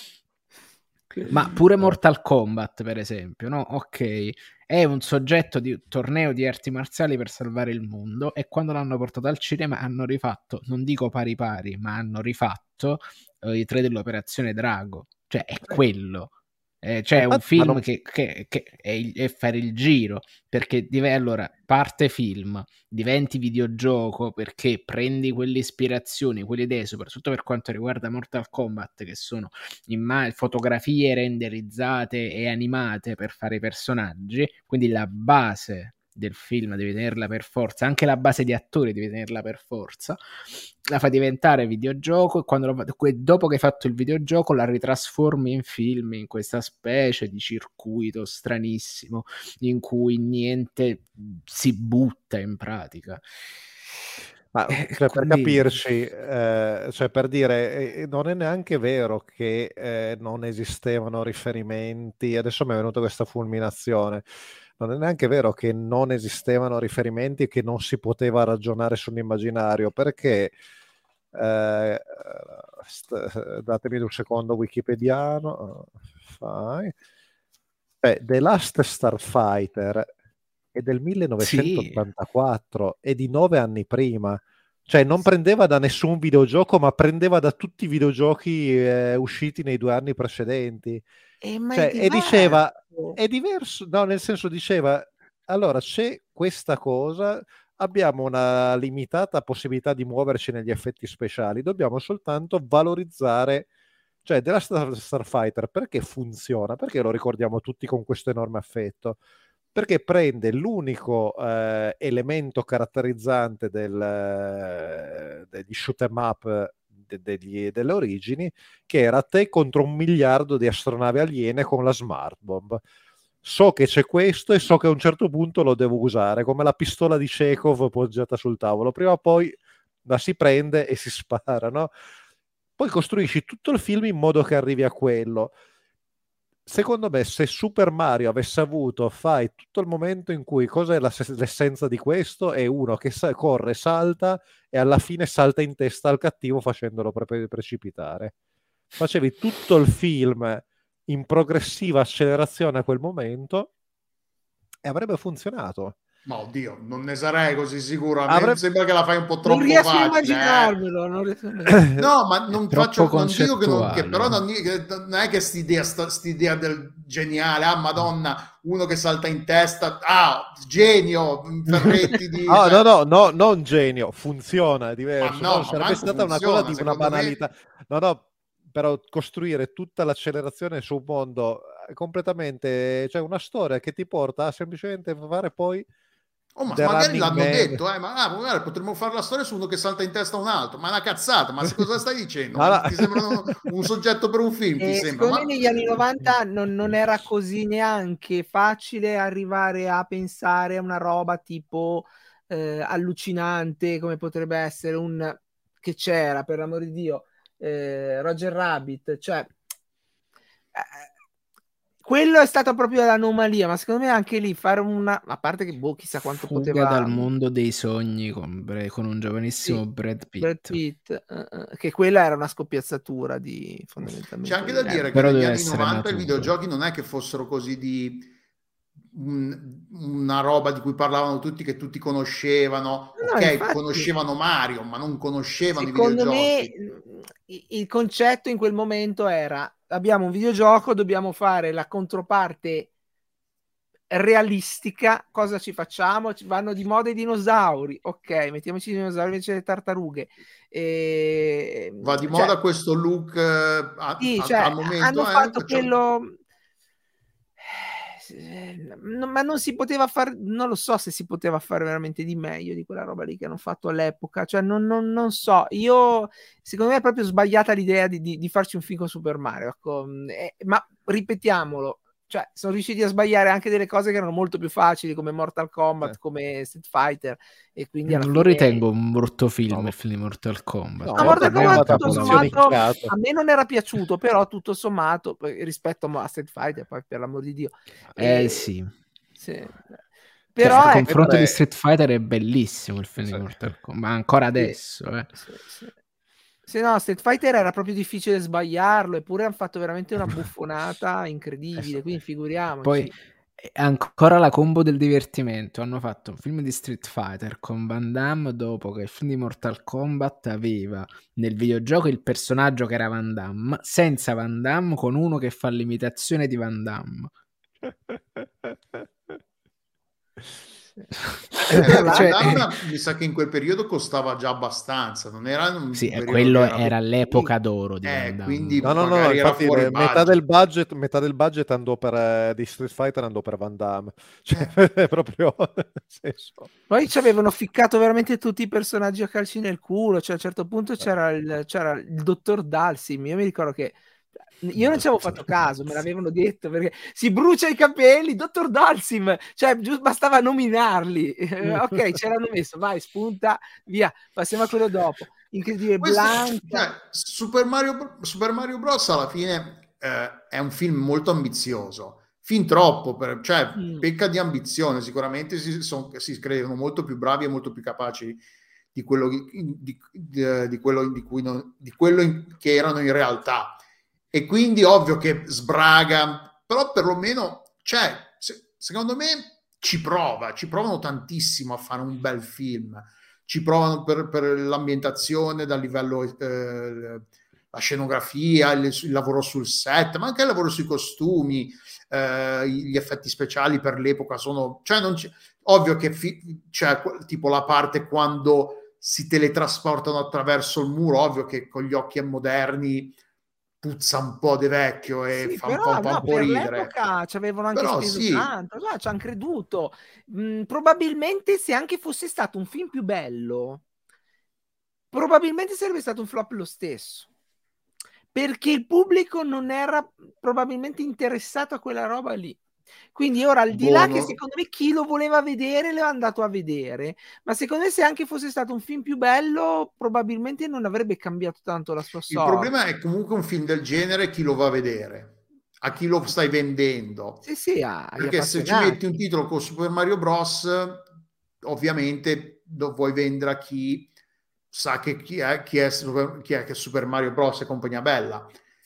Ma pure Mortal Kombat, per esempio, no? Ok, è un soggetto di un torneo di arti marziali per salvare il mondo, e quando l'hanno portato al cinema hanno rifatto, non dico pari pari, ma hanno rifatto uh, i tre dell'Operazione Drago, cioè è quello. Eh, cioè è un film non... che, che, che è, è fare il giro, perché dive, allora parte film, diventi videogioco perché prendi quelle ispirazioni, quelle idee, soprattutto per quanto riguarda Mortal Kombat, che sono immag- fotografie renderizzate e animate per fare i personaggi, quindi la base del film devi tenerla per forza, anche la base di attori devi tenerla per forza, la fai diventare videogioco, e quando lo, dopo che hai fatto il videogioco la ritrasformi in film, in questa specie di circuito stranissimo in cui niente si butta in pratica. Ma cioè, per quindi... capirci, eh, cioè per dire, eh, non è neanche vero che eh, non esistevano riferimenti, adesso mi è venuta questa fulminazione, non è neanche vero che non esistevano riferimenti e che non si poteva ragionare sull'immaginario, perché eh, st- datemi un secondo wikipediano, fai. Eh, The Last Starfighter è del millenovecentottantaquattro, sì. E di nove anni prima, cioè non prendeva da nessun videogioco, ma prendeva da tutti i videogiochi eh, usciti nei due anni precedenti. E, ma cioè, è e diceva è diverso, no, nel senso diceva allora c'è questa cosa, abbiamo una limitata possibilità di muoverci negli effetti speciali, dobbiamo soltanto valorizzare, cioè della Star- Starfighter perché funziona, perché lo ricordiamo tutti con questo enorme affetto, perché prende l'unico eh, elemento caratterizzante del, eh, degli shoot 'em up de- degli, delle origini, che era te contro un miliardo di astronavi aliene con la smart bomb. So che c'è questo e so che a un certo punto lo devo usare, come la pistola di Chekhov poggiata sul tavolo. Prima o poi la si prende e si spara, no? Poi costruisci tutto il film in modo che arrivi a quello. Secondo me, se Super Mario avesse avuto, fai tutto il momento in cui cosa è la, l'essenza di questo? È uno che sa, corre, salta e alla fine salta in testa al cattivo facendolo pre- precipitare. Facevi tutto il film in progressiva accelerazione a quel momento e avrebbe funzionato. Ma oddio, non ne sarei così sicuro. A me Avrebbe... sembra che la fai un po' troppo non riesco facile. a immaginarmelo. Eh. Non riesco a... No, ma non faccio. Non dico che non. Che però non, non è che st'idea, st'idea del geniale. Ah, Madonna, uno che salta in testa. Ah, genio. Ferretti di. Oh, cioè... no, no, no, non genio. Funziona, è diverso. Ma no, no, sarebbe stata funziona, una cosa di una banalità. Me... No, no. Però costruire tutta l'accelerazione su un mondo completamente, cioè una storia che ti porta a semplicemente fare poi Oh, ma The magari Running l'hanno Man. detto, eh, ma ah, magari potremmo fare la storia su uno che salta in testa a un altro, ma è una cazzata, ma cosa stai dicendo? Ma Ma la- ti sembra un, un soggetto per un film, ti E sembra? secondo Ma... me negli anni novanta non, non era così neanche facile arrivare a pensare a una roba tipo eh, allucinante come potrebbe essere un che c'era, per l'amor di Dio, eh, Roger Rabbit, cioè eh, quello è stata proprio l'anomalia, ma secondo me anche lì fare una, a parte che boh, chissà quanto Fuga poteva dal mondo dei sogni con, Bre- con un giovanissimo sì, Brad Pitt. Brad Pitt, eh, eh, che quella era una scoppiazzatura di C'è fondamentalmente anche da di- dire che però negli deve anni essere novanta i maturo. videogiochi non è che fossero così di un- una roba di cui parlavano tutti, che tutti conoscevano. No, Ok, infatti, conoscevano Mario, ma non conoscevano i secondo me videogiochi. il il concetto in quel momento era: abbiamo un videogioco, dobbiamo fare la controparte realistica. Cosa ci facciamo? Ci vanno di moda i dinosauri, ok, mettiamoci i dinosauri invece delle tartarughe. E... Va di cioè, moda questo look eh, a- sì, a- cioè, al momento, hanno eh, fatto facciamo- quello. Eh, no, ma non si poteva fare, non lo so se si poteva fare veramente di meglio di quella roba lì che hanno fatto all'epoca, cioè non, non, non so, io secondo me è proprio sbagliata l'idea di, di, di farci un film con Super Mario, ecco. Eh, ma ripetiamolo, cioè sono riusciti a sbagliare anche delle cose che erano molto più facili come Mortal Kombat, Eh. come Street Fighter, e quindi alla Non lo fine... ritengo un brutto film, No. il film di Mortal Kombat. No, No, Mortal Mortal Per me è un Kombat tutto Kombat capolavoro. sommato funzionicchiato. a me non era piaciuto, però tutto sommato poi, rispetto a Street Fighter, poi per l'amor di Dio, Eh e- sì. sì. Cioè, Però a ecco, confronto di pare- Street Fighter è bellissimo il film Sì. di Mortal Kombat, ma ancora sì, adesso, eh. sì, sì. Sì, no, Street Fighter era proprio difficile sbagliarlo, eppure hanno fatto veramente una buffonata incredibile, quindi figuriamoci. Poi eh, ancora la combo del divertimento. Hanno fatto un film di Street Fighter con Van Damme dopo che il film di Mortal Kombat aveva nel videogioco il personaggio che era Van Damme, senza Van Damme, con uno che fa l'imitazione di Van Damme. Eh, Cioè, Van Damme, mi sa che in quel periodo costava già abbastanza, non era un sì, e periodo quello che era... era l'epoca d'oro di Van Eh, Damme. quindi No, no, no, no, magari era infatti fuori eh, metà budget. del budget, metà del budget andò per, eh, di Street Fighter andò per Van Damme. Cioè, è proprio nel senso. Poi ci avevano ficcato veramente tutti i personaggi a calci nel culo, cioè a un certo punto c'era il, c'era il dottor Dalsim, io mi ricordo che io non ci avevo fatto caso, me l'avevano detto, perché si brucia i capelli, dottor Dalsim, cioè giusto bastava nominarli. Eh, ok, ce l'hanno messo, vai, spunta, via, passiamo a quello dopo. Incredibile, Questo, Blanca. cioè, Super Mario, Super Mario Bros. Alla fine eh, è un film molto ambizioso, fin troppo, per, cioè Mm. pecca di ambizione, sicuramente si, son, si credono molto più bravi e molto più capaci di quello, di, di, di quello, di cui non, di quello in, che erano in realtà, e quindi ovvio che sbraga, però perlomeno, cioè, se, secondo me ci prova, ci provano tantissimo a fare un bel film. Ci provano per, per l'ambientazione, dal livello eh, la scenografia, il, il lavoro sul set, ma anche il lavoro sui costumi, eh, gli effetti speciali per l'epoca sono, cioè non c'è, ovvio che fi, c'è tipo la parte quando si teletrasportano attraverso il muro, ovvio che con gli occhi moderni puzza un po' di vecchio e Sì, fa, però fa, fa no, un po' per ridere. l'epoca ci avevano anche Però speso sì, tanto, no, ci hanno creduto. Mm, probabilmente se anche fosse stato un film più bello, probabilmente sarebbe stato un flop lo stesso. Perché il pubblico non era probabilmente interessato a quella roba lì. Quindi ora, al di là buono. che secondo me chi lo voleva vedere l'è andato a vedere, ma secondo me se anche fosse stato un film più bello, probabilmente non avrebbe cambiato tanto la sua Il sorte. problema è comunque un film del genere chi lo va a vedere, a chi lo stai vendendo. Sì, sì, agli Perché se ci appassionati. metti un titolo con Super Mario Bros, ovviamente lo vuoi vendere a chi sa che chi è, chi è, Super, chi è che Super Mario Bros e compagnia bella.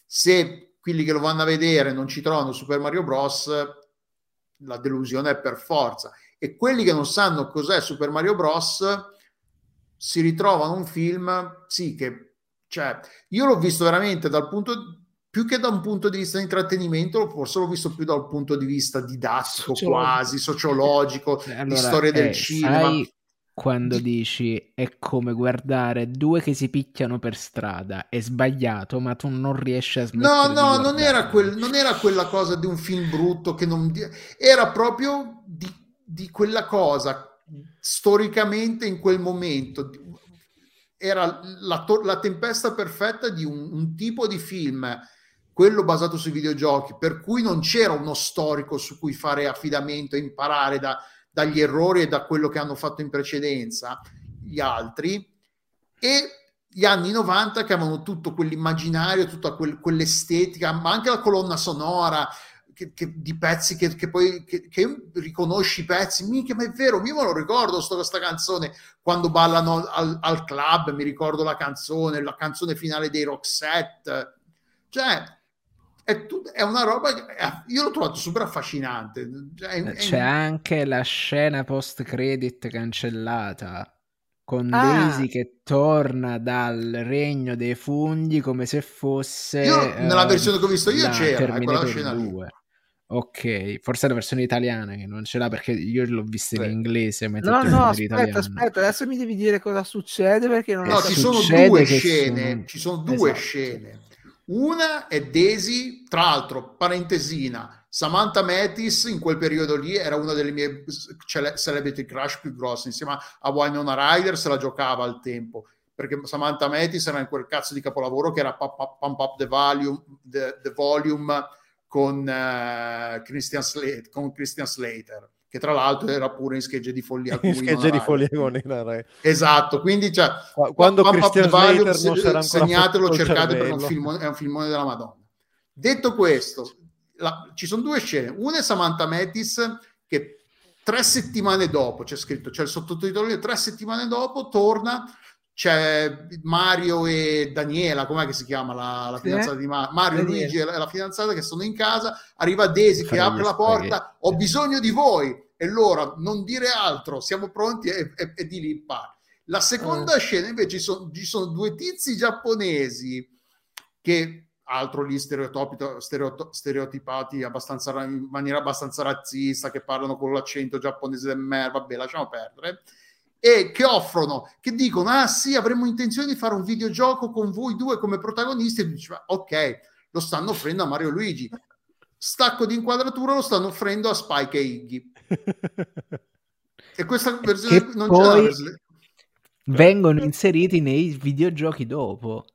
Se quelli che lo vanno a vedere non ci trovano Super Mario Bros, la delusione è per forza. E quelli che non sanno cos'è Super Mario Bros si ritrovano un film, sì, che cioè, io l'ho visto veramente dal punto, più che da un punto di vista di intrattenimento, forse l'ho visto più dal punto di vista didattico, Sociologico. quasi sociologico, allora, di storia del eh, cinema. sai, quando Di- dici è come guardare due che si picchiano per strada, è sbagliato, ma tu non riesci a No, smettere di no, non era, guardarli. quel- non era quella cosa di un film brutto che non... di- Era proprio di, di quella cosa storicamente in quel momento. Di- Era la, to- la tempesta perfetta di un, un tipo di film, quello basato sui videogiochi, per cui non c'era uno storico su cui fare affidamento e imparare da- dagli errori e da quello che hanno fatto in precedenza gli altri, e gli anni novanta che avevano tutto quell'immaginario, tutta quel, quell'estetica, ma anche la colonna sonora che, che, di pezzi che, che poi che, che riconosci i pezzi, mica, ma è vero, io me lo ricordo sto, questa canzone quando ballano al, al club, mi ricordo la canzone, la canzone finale dei Roxette, cioè è, tut- è una roba che è- io l'ho trovato super affascinante. Cioè, è- è- C'è anche la scena post credit cancellata con Ah. Daisy che torna dal regno dei funghi come se fosse Io nella eh, versione che ho visto io la c'era, è quella Terminator scena lì. due. Ok, forse è la versione italiana che non ce l'ha perché io l'ho vista in Sì. inglese mentre No, tu no, eri aspetta, italiano. aspetta, adesso mi devi dire cosa succede perché non Eh, ho No, ci capito. sono succede due che scene, sono- ci sono due Esatto. scene. Una è Daisy, tra l'altro, parentesina, Samantha Mathis in quel periodo lì era una delle mie cele- celebrity crush più grosse, insieme a Winona Ryder se la giocava al tempo, perché Samantha Mathis era in quel cazzo di capolavoro che era Pump Up, Pump Up the Volume, the, the volume con, uh, Christian Slater, con Christian Slater, che tra l'altro era pure in schegge di follia con In schegge di Winona follia Ryder. con Winona Ryder. Esatto, quindi cioè, Quando Pump Up Christian the Volume, Slater non si era ancora segnatelo, fottuto il cercate perché è un, cervello. filmone, è un filmone della Madonna. Detto questo, la, ci sono due scene. Una è Samantha Mathis che tre settimane dopo, c'è scritto, c'è il sottotitolo lì, tre settimane dopo torna, c'è Mario e Daniela, com'è che si chiama la, la Sì. fidanzata di Mario? Mario, Daniela. Luigi e la, la fidanzata che sono in casa, arriva Daisy che Fare apre gli la porta, spaghetti. ho bisogno di voi, e loro non dire altro, siamo pronti, e, e, e di lì parte. La seconda Eh. scena invece ci sono, ci sono due tizi giapponesi che, altro lì stereotipi- stereot- stereotipati abbastanza, ra- in maniera abbastanza razzista, che parlano con l'accento giapponese del merda, vabbè, lasciamo perdere, e che offrono, che dicono, ah sì, avremmo intenzione di fare un videogioco con voi due come protagonisti, e dici, ok, lo stanno offrendo a Mario e Luigi. Stacco di inquadratura lo stanno offrendo a Spike e Iggy. E questa versione Che non poi c'è la versione... vengono inseriti nei videogiochi dopo.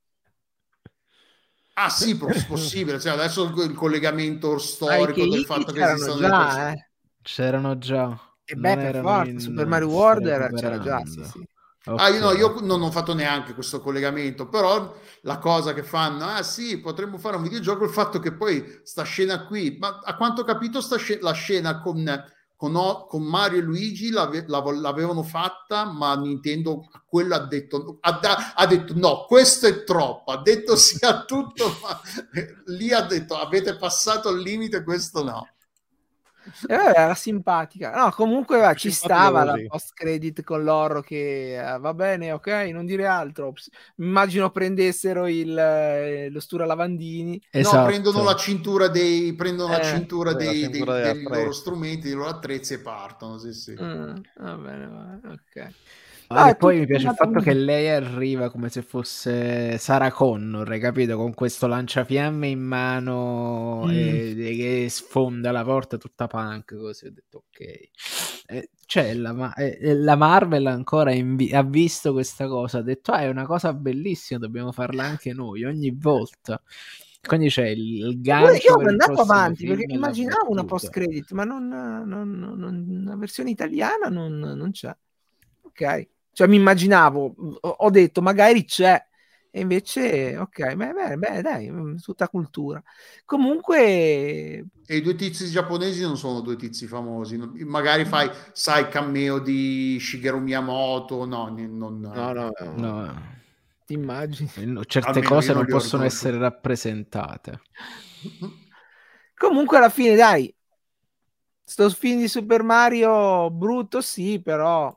Ah sì, poss- possibile, cioè, adesso il, il collegamento Ah, storico i del Iggy fatto che c'erano esistono delle già, persone. eh. C'erano già. E non beh, per erano forza, in- Super Mario sto World c'era già, recuperando. sì, sì. Ah, io, no, Ok. io non ho fatto neanche questo collegamento, però la cosa che fanno, ah sì, potremmo fare un videogioco, il fatto che poi sta scena qui, ma a quanto ho capito sta sc- la scena con, con, o- con Mario e Luigi l'ave- la- l'avevano fatta, ma Nintendo a quello ha detto, ha, da- ha detto no, questo è troppo, ha detto sì a tutto, ma lì ha detto avete passato il limite, questo no. E vabbè, era simpatica. No, comunque va, ci Simpatica stava la così. post credit con loro che eh, va bene, ok, non dire altro. Ps- Immagino prendessero il, eh, lo Stura Lavandini. Esatto. No, prendono la cintura dei, prendono la Eh, cintura la dei, cintura dei- degli dei loro attrezzi. strumenti, dei loro attrezzi e partono. Sì, sì. Mm, va bene, va bene, ok. Ah, Ah, e poi tutto mi piace il sommato- fatto che lei arriva come se fosse Sarah Connor, hai capito? Con questo lanciafiamme in mano Mm. e, e che sfonda la porta tutta punk, così ho detto ok. Eh, cioè la, Ma- eh, la Marvel ancora invi- ha visto questa cosa, ha detto ah, è una cosa bellissima, dobbiamo farla anche noi ogni volta. Quindi c'è il, il Guarda, gancio io ho per il andato prossimo avanti film perché e l'ha immaginavo una battuto. post credit, ma non, non, non, non- la versione italiana non, non c'è. Ok, cioè mi immaginavo, ho, ho detto magari c'è, e invece ok, beh, beh, beh, dai, mm, tutta cultura. Comunque, E i due tizi giapponesi non sono due tizi famosi. Non- Magari fai, sai, cameo di Shigeru Miyamoto. No, ni- non, no, no, no, No, ti immagini. eh, no, certe Almeno io cose non non li ho possono riconosciuti. essere rappresentate. Comunque alla fine, dai, sto film di Super Mario brutto, sì, però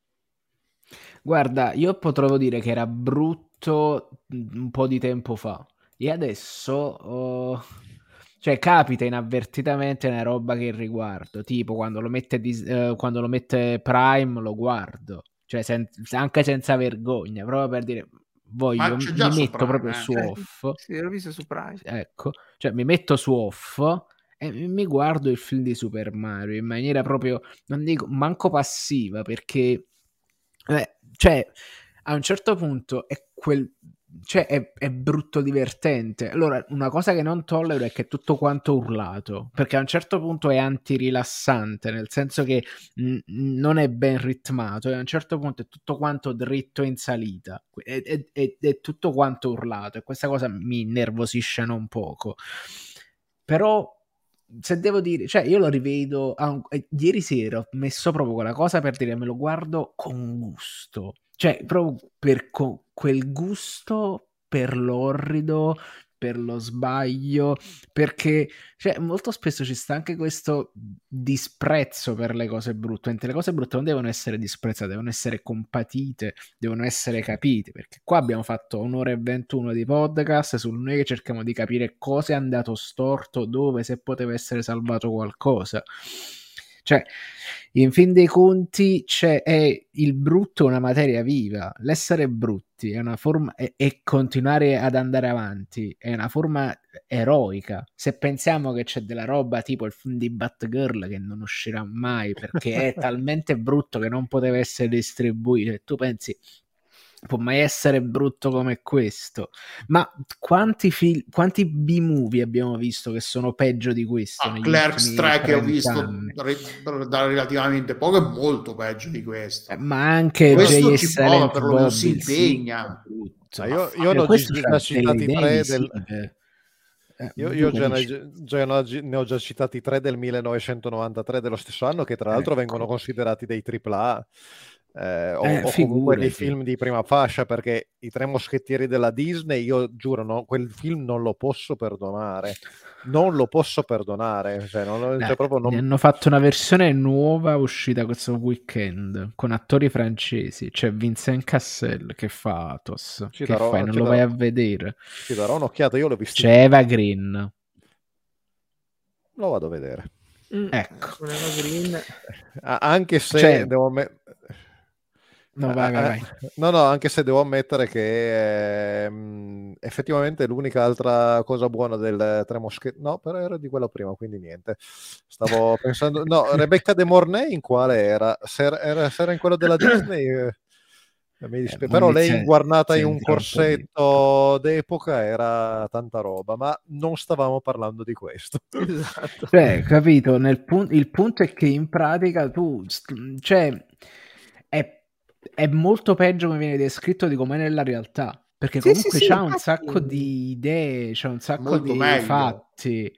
Guarda, io potrò dire che era brutto un po' di tempo fa e adesso oh, Cioè capita inavvertitamente una roba che riguardo, tipo quando lo mette, Dis- eh, quando lo mette Prime lo guardo, cioè sen- anche senza vergogna, proprio per dire Ma voglio, c'è già mi su metto Prime, proprio eh. su Eh, off, sì, l'ho visto su Prime. ecco, cioè mi metto su off e mi guardo il film di Super Mario in maniera proprio, non dico manco passiva, perché eh, cioè a un certo punto è quel cioè è, è brutto divertente. Allora, una cosa che non tollero è che è tutto quanto urlato, perché a un certo punto è antirilassante, nel senso che mh, non è ben ritmato e a un certo punto è tutto quanto dritto in salita, è, è, è, è tutto quanto urlato e questa cosa mi innervosisce non poco. Però se devo dire, cioè io lo rivedo a un- eh, ieri sera ho messo proprio quella cosa per dire me lo guardo con gusto, cioè proprio per co- quel gusto per l'orrido, per lo sbaglio, perché cioè, molto spesso ci sta anche questo disprezzo per le cose brutte, mentre le cose brutte non devono essere disprezzate, devono essere compatite, devono essere capite, perché qua abbiamo fatto un'ora e ventuno di podcast su noi che cerchiamo di capire cosa è andato storto, dove, se poteva essere salvato qualcosa. Cioè, in fin dei conti c'è, è il brutto è una materia viva, l'essere brutti è una forma e, e continuare ad andare avanti è una forma eroica. Se pensiamo che c'è della roba tipo il film di Batgirl che non uscirà mai perché è talmente brutto che non poteva essere distribuito e tu pensi può mai essere brutto come questo, ma quanti film, quanti B-movie abbiamo visto che sono peggio di questo Ah, negli Clerks ultimi tre che ho trenta visto anni? re- da relativamente poco è molto peggio di Eh, questo. ma anche Questo J. ci prova, Silent perlomeno si Bob il sì è impegna. brutto, Ah, ma io, fa- io ne cioè, ho questo gi- c'ha già delle citati idee tre del... visive. Eh, Io, io Luca già ne, dici. già ne ho gi- ne ho già citati tre del millenovecentonovantatré dello stesso anno, che tra l'altro vengono Ecco. considerati dei tripla A, eh, o, Eh, o comunque dei figurati. film di prima fascia, perché I Tre Moschettieri della Disney, io giuro, no, quel film non lo posso perdonare. Non lo posso perdonare. Cioè, non, lo- cioè, Eh, proprio ne non... hanno fatto una versione nuova uscita questo weekend con attori francesi. C'è Vincent Cassel che fa Athos. Ci Che fai? darò, Non ci lo vai darò, a vedere? ci darò un'occhiata, io l'ho visto in C'è tutto. Eva Green. Lo vado a vedere. Mm, Ecco. con Eva Green. A- anche se Cioè, devo me- no, a- vai, vai, a- vai. no, no, anche se devo ammettere che ehm, effettivamente l'unica altra cosa buona del Tre Moschetti, no, però era di quella prima, quindi niente. Stavo pensando, no, Rebecca De Mornay in quale era? Se era, era- se era in quello della Disney, eh, mi Eh, dispiace. mo Però lei inizia, inguarnata in inizia a un entrare un po' di... corsetto d'epoca era tanta roba, ma non stavamo parlando di questo. Esatto. Cioè, capito? Nel pun- il punto è che in pratica tu, st- cioè, è, è molto peggio come viene descritto di com'è nella realtà, perché Sì, sì, comunque sì, c'ha un infatti. sacco di idee, c'ha un sacco Molto di meglio. fatti.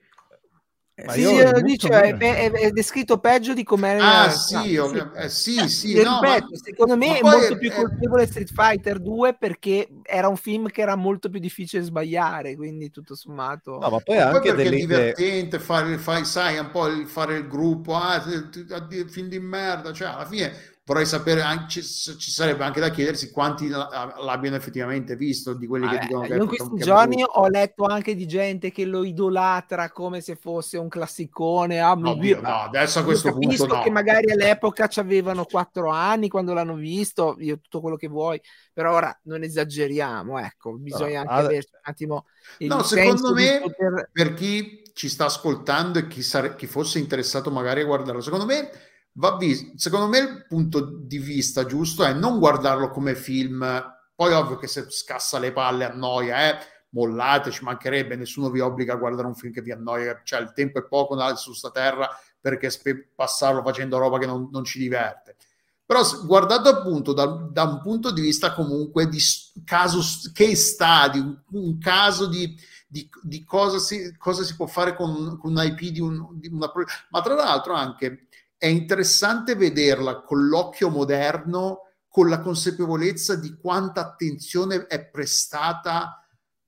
Ma Sì, io- sì, è lo molto dice, è, meglio. è- è descritto peggio di com'è nella Ah realtà. sì, ovvia- eh, sì, sì, Eh, no, ma, ripeto, secondo me ma è poi molto è- più è- colpevole Street Fighter due perché era un film che era molto più difficile sbagliare, quindi tutto sommato... No, ma poi ma ha poi anche perché è delle idee. divertente fare, fai, sai, un po' il, fare il gruppo, ah, tu- tu- addio, film di merda, cioè alla fine vorrei sapere, anche, ci, ci sarebbe anche da chiedersi quanti la- l'abbiano effettivamente visto di quelli che Vabbè, dicono che io è, in questi che è giorni brutto. ho letto anche di gente che lo idolatra come se fosse un classicone. Ah, mi- Oddio, ah, no, adesso a io questo punto capisco no. che magari all'epoca ci avevano quattro anni quando l'hanno visto, io tutto quello che vuoi, però ora non esageriamo, ecco, bisogna No, anche ad- averci un attimo il No, senso secondo di me, poter... per chi ci sta ascoltando e chi, sare- chi fosse interessato magari a guardarlo, secondo me, va vis- secondo me il punto di vista giusto è non guardarlo come film, poi ovvio che se scassa le palle annoia, eh, mollate, ci mancherebbe, nessuno vi obbliga a guardare un film che vi annoia, cioè il tempo è poco su sta terra perché spe- passarlo facendo roba che non, non ci diverte. Però guardato appunto da, da un punto di vista comunque di caso, case study, un, un caso di, di, di cosa, si, cosa si può fare con, con un I P di, un, di una... Ma tra l'altro anche è interessante vederla con l'occhio moderno, con la consapevolezza di quanta attenzione è prestata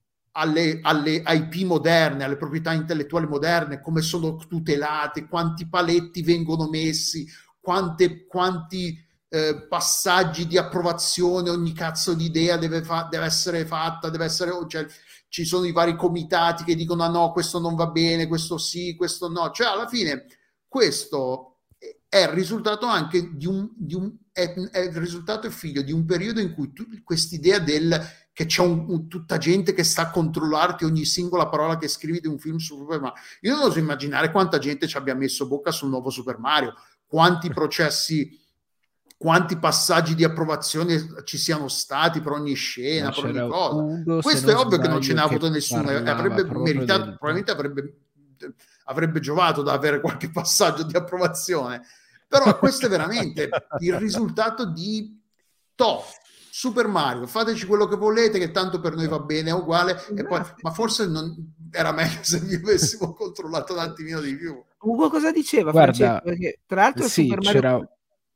alle, alle I P moderne, alle proprietà intellettuali moderne, come sono tutelate, quanti paletti vengono messi, quante, quanti eh, passaggi di approvazione ogni cazzo di idea deve, fa- deve essere fatta, deve essere... Cioè, ci sono i vari comitati che dicono ah no, questo non va bene, questo sì, questo no, cioè alla fine questo è il risultato anche di un, di un è, è il risultato e figlio di un periodo in cui quest'idea del che c'è un, un, tutta gente che sta a controllarti ogni singola parola che scrivi di un film su Super Mario. Io non oso immaginare quanta gente ci abbia messo bocca sul nuovo Super Mario, quanti processi, quanti passaggi di approvazione ci siano stati per ogni scena, per ogni cosa. Ugo, questo è ovvio che non ce n'ha avuto nessuno, avrebbe meritato, del... probabilmente avrebbe, avrebbe giovato da avere qualche passaggio di approvazione, però questo è veramente il risultato di top. Super Mario, fateci quello che volete, che tanto per noi va bene, è uguale, e poi, ma forse non era meglio se vi avessimo controllato un attimino di più. Ugo cosa diceva? Guarda, Francesco? Perché tra l'altro sì, Super Mario... c'era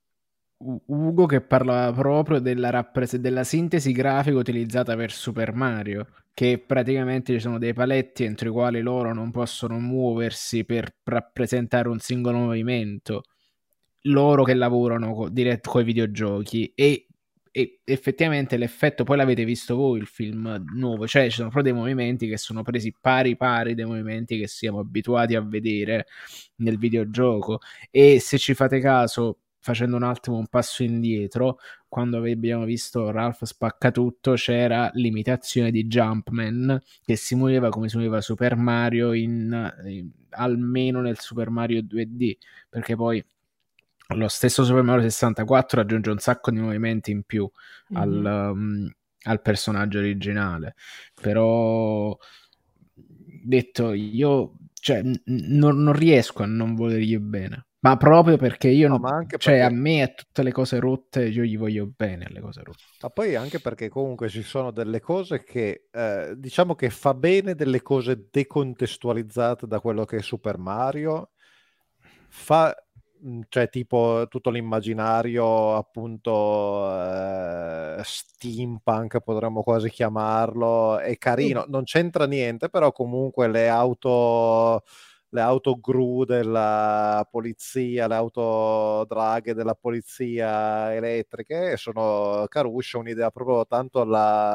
Ugo che parlava proprio della, rappres- della sintesi grafica utilizzata per Super Mario, che praticamente ci sono dei paletti entro i quali loro non possono muoversi per rappresentare un singolo movimento, loro che lavorano co- diretto con i videogiochi, e e effettivamente l'effetto, poi l'avete visto voi il film nuovo, cioè ci sono proprio dei movimenti che sono presi pari pari dei movimenti che siamo abituati a vedere nel videogioco. E se ci fate caso, facendo un attimo un passo indietro, quando abbiamo visto Ralph Spaccatutto c'era l'imitazione di Jumpman che si muoveva come si muoveva Super Mario in, in, almeno nel Super Mario due D, perché poi lo stesso Super Mario sessantaquattro aggiunge un sacco di movimenti in più mm-hmm. al, um, al personaggio originale. Però detto, io cioè, n- non, non riesco a non volergli bene, ma proprio perché io no, non, ma anche cioè perché... a me a tutte le cose rotte io gli voglio bene alle cose rotte. Ma poi anche perché comunque ci sono delle cose che eh, diciamo che fa bene delle cose decontestualizzate da quello che è Super Mario, fa cioè tipo tutto l'immaginario appunto eh, steampunk potremmo quasi chiamarlo, è carino, non c'entra niente, però comunque le auto le auto gru della polizia, le auto draghe della polizia elettriche sono carucce, un'idea proprio tanto alla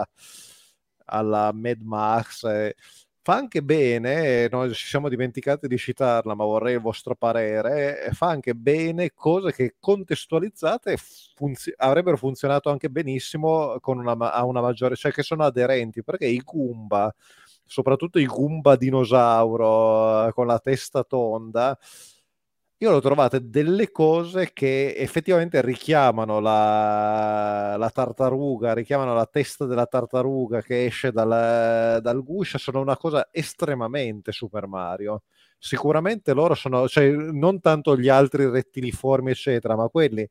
alla Mad Max. eh. Fa anche bene, noi ci siamo dimenticati di citarla, ma vorrei il vostro parere, fa anche bene cose che contestualizzate funzi- avrebbero funzionato anche benissimo con una, a una maggiore, cioè che sono aderenti, perché i Goomba, soprattutto i Goomba dinosauro con la testa tonda, io l'ho trovate delle cose che effettivamente richiamano la, la tartaruga, richiamano la testa della tartaruga che esce dal, dal guscio, sono una cosa estremamente Super Mario. Sicuramente loro sono, cioè non tanto gli altri rettiliformi eccetera, ma quelli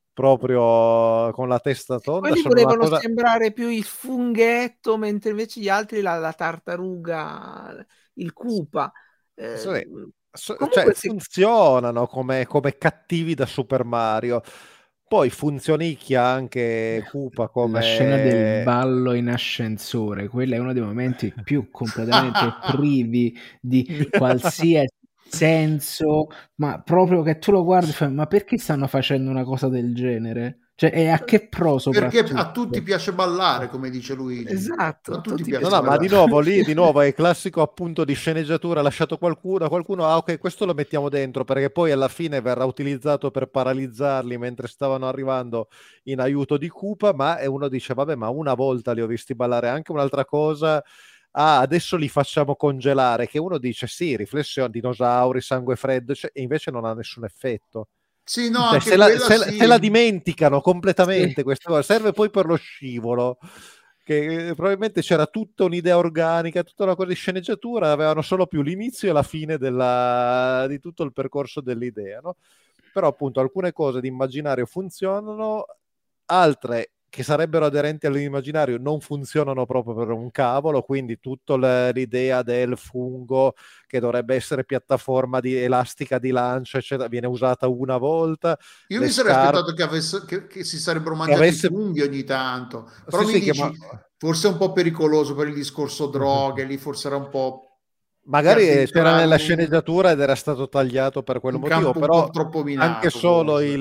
proprio con la testa tonda quelli sono volevano una cosa... sembrare più il funghetto, mentre invece gli altri la, la tartaruga, il Koopa. Eh, Sì. So, Comunque, cioè, funzionano come, come cattivi da Super Mario. Poi funzionicchia anche Koopa come... La scena del ballo in ascensore, quella è uno dei momenti più completamente privi di qualsiasi senso, ma proprio che tu lo guardi e fai, ma perché stanno facendo una cosa del genere? Cioè, e a che pro soprattutto? Perché a tutti piace ballare, come dice Luigi. Esatto. A tutti tutti piace no, no, ballare. ma di nuovo lì, di nuovo è il classico appunto di sceneggiatura lasciato qualcuno, qualcuno, ah ok, questo lo mettiamo dentro, perché poi alla fine verrà utilizzato per paralizzarli mentre stavano arrivando in aiuto di Koopa, ma e uno dice, vabbè, ma una volta li ho visti ballare. Anche un'altra cosa, ah, adesso li facciamo congelare, che uno dice, sì, riflessione, dinosauri, sangue freddo, cioè, e invece non ha nessun effetto. Sì, no, Cioè, anche se, la, quella se, sì. se la dimenticano completamente Sì. questa cosa, serve poi per lo scivolo, che eh, probabilmente c'era tutta un'idea organica, tutta una cosa di sceneggiatura, avevano solo più l'inizio e la fine della, di tutto il percorso dell'idea, no? Però appunto alcune cose di immaginario funzionano, altre che sarebbero aderenti all'immaginario non funzionano proprio per un cavolo, quindi tutta l'idea del fungo che dovrebbe essere piattaforma di, elastica di lancio, eccetera, viene usata una volta. Io Le mi sarei scarpe... aspettato che, avesse, che, che si sarebbero mangiati avesse... i funghi ogni tanto, però sì, mi sì, dici, ma... forse è un po' pericoloso per il discorso droghe, lì forse era un po'... magari c'era nella sceneggiatura ed era stato tagliato per quel motivo, però anche solo il,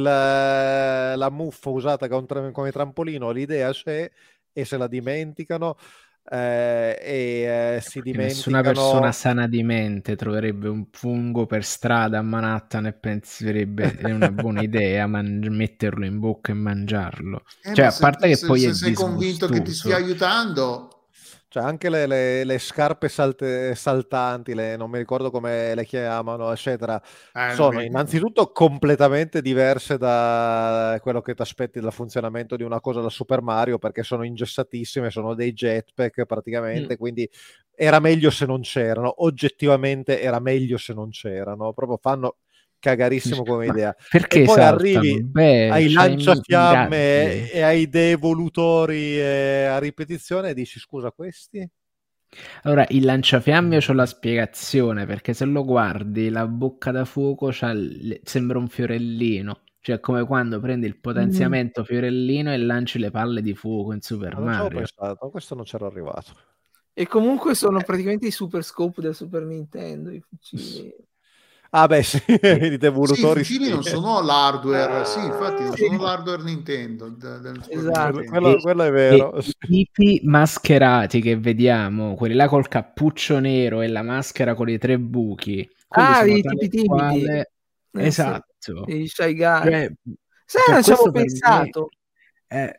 la muffa usata come trampolino, l'idea c'è e se la dimenticano. eh, e eh, si Perché nessuna persona dimenticano. sana di mente troverebbe un fungo per strada a Manhattan e penserebbe è una buona idea man- metterlo in bocca e mangiarlo. Eh, Cioè, ma a se, parte che se- poi è se sei convinto che ti stia disgustoso. aiutando, Cioè anche le, le- le scarpe salte- saltanti, le- non mi ricordo come le chiamano, eccetera, eh, non mi sono ricordo. innanzitutto completamente diverse da quello che ti aspetti dal funzionamento di una cosa da Super Mario, perché sono ingessatissime, sono dei jetpack Mm. praticamente, quindi era meglio se non c'erano, oggettivamente era meglio se non c'erano, proprio fanno cagarissimo come Ma idea. E perché poi saltano? arrivi Beh, ai c'hai i mi- i lanciafiamme razzi. e ai devolutori eh, a ripetizione e dici scusa questi? Allora, il lanciafiamme c'ho la spiegazione, perché se lo guardi, la bocca da fuoco c'ha le- sembra un fiorellino. Cioè, come quando prendi il Mm. potenziamento fiorellino e lanci le palle di fuoco in Super Ma non ci avevo Mario. pensato, a questo non c'ero arrivato. E comunque sono praticamente i super scope del Super Nintendo, i fucili. Ah beh sì, Sì. i Sì, i devolutori fucili sì. non sono l'hardware, sì, infatti non Sì, sono l'hardware Nintendo, de- del Super esatto. Quello, Nintendo. quello- E, quello è e vero. i tipi mascherati che vediamo, quelli là col cappuccio nero e la maschera con i tre buchi, quelli Ah, sono i tale tipi e timidi. quale. Eh sì, Esatto. i Shy Guy. Cioè, Sai, cioè, non ci avevo questo per me pensato. è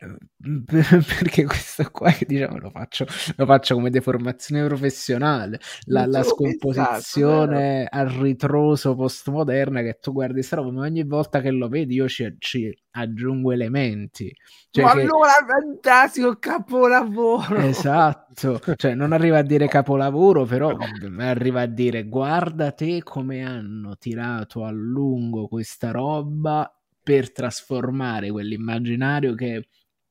perché questo qua, diciamo, lo faccio, lo faccio come deformazione professionale. La, Non ci la avevo pensato, vero? scomposizione a ritroso postmoderna che tu guardi sta roba, ma ogni volta che lo vedi io ci, ci aggiungo elementi. Cioè Ma che, allora, fantastico, capolavoro! esatto, cioè non arriva a dire capolavoro, però arriva a dire guarda te come hanno tirato a lungo questa roba per trasformare quell'immaginario che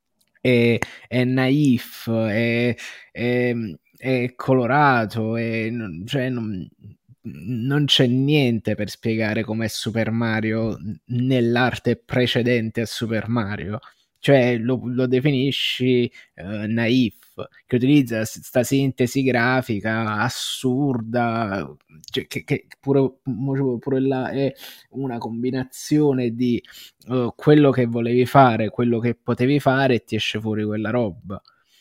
è, è naif, è, è, è colorato, è, non- cioè non, non c'è niente per spiegare com'è Super Mario nell'arte precedente a Super Mario. Cioè lo, lo definisci eh, naif, che utilizza questa sintesi grafica assurda, cioè, che, che pure, pure là è una combinazione di uh, quello che volevi fare, quello che potevi fare e ti esce fuori quella roba.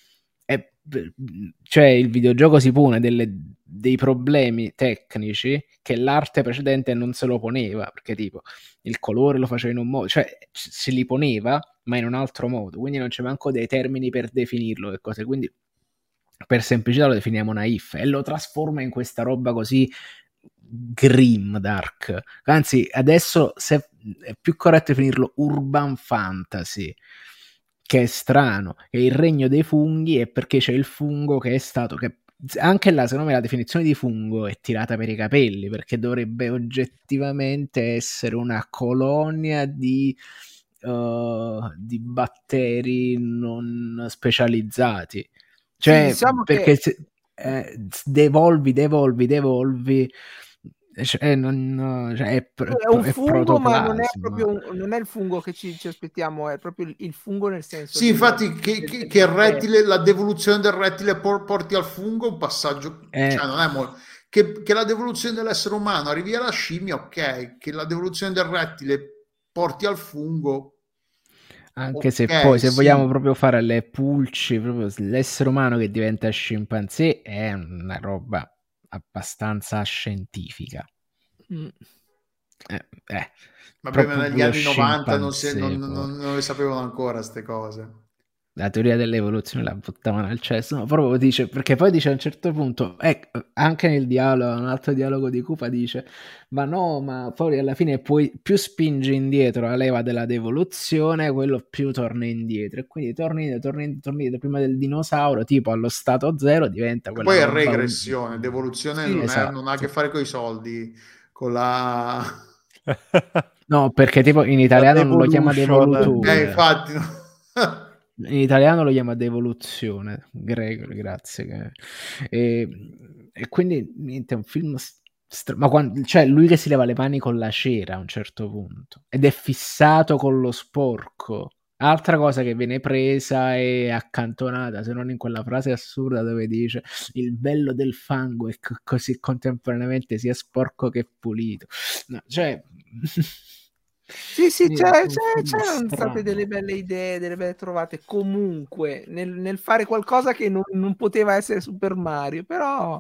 E, cioè il videogioco si pone delle, dei problemi tecnici che l'arte precedente non se lo poneva, perché tipo il colore lo faceva in un modo, cioè se li poneva ma in un altro modo, quindi non c'è manco dei termini per definirlo e cose, quindi per semplicità lo definiamo naif e lo trasforma in questa roba così grim dark, anzi adesso se è più corretto definirlo urban fantasy, che è strano, è il regno dei funghi e perché c'è il fungo che è stato che anche là secondo me la definizione di fungo è tirata per i capelli, perché dovrebbe oggettivamente essere una colonia di Uh, di batteri non specializzati, Sì, cioè diciamo perché che se, eh, devolvi, devolvi, devolvi, cioè, non, cioè, è, è un è fungo, ma non è protoplasma. proprio un, non è il fungo che ci, ci aspettiamo, è proprio il, il fungo nel senso Sì, del, infatti che, del, che- del che il battero. rettile, la devoluzione del rettile por- porti al fungo è un passaggio, Eh, cioè non è molto... Che, che la devoluzione dell'essere umano arrivi alla scimmia, ok, che la devoluzione del rettile porti al fungo, anche se poi ok, se vogliamo sì. proprio fare le pulci, proprio l'essere umano che diventa scimpanzé è una roba abbastanza scientifica. Mm. Eh, eh, Vabbè, ma negli proprio lo anni novanta non, si, non, scimpanzé poi. non- non le sapevano ancora queste cose. La teoria dell'evoluzione la buttavano al cesso, no, proprio dice, perché poi dice a un certo punto, ecco, anche nel dialogo, un altro dialogo di Koopa dice, ma no, ma poi alla fine poi più spingi indietro la leva della devoluzione, quello più torna indietro, e quindi torni indietro, torni indietro, torni indietro, prima del dinosauro, tipo allo stato zero, diventa E quella poi è roba... regressione, devoluzione Sì, non, è- non ha a che Esatto. fare con i soldi, con la... No, perché tipo in La italiano non lo chiama devolution. Eh, devolutore. infatti, no. In italiano lo chiama devoluzione, Gregory, grazie. che- E, e quindi niente, è un film stra- ma quando, cioè lui che si leva le mani con la cera a un certo punto ed è fissato con lo sporco. Altra cosa che viene presa e accantonata, se non in quella frase assurda dove dice il bello del fango è co- così contemporaneamente sia sporco che pulito. No, cioè Sì, sì, Sì, c'è, un c'è, film c'erano state strano. delle belle idee, delle belle trovate comunque nel, nel fare qualcosa che non, non poteva essere Super Mario, però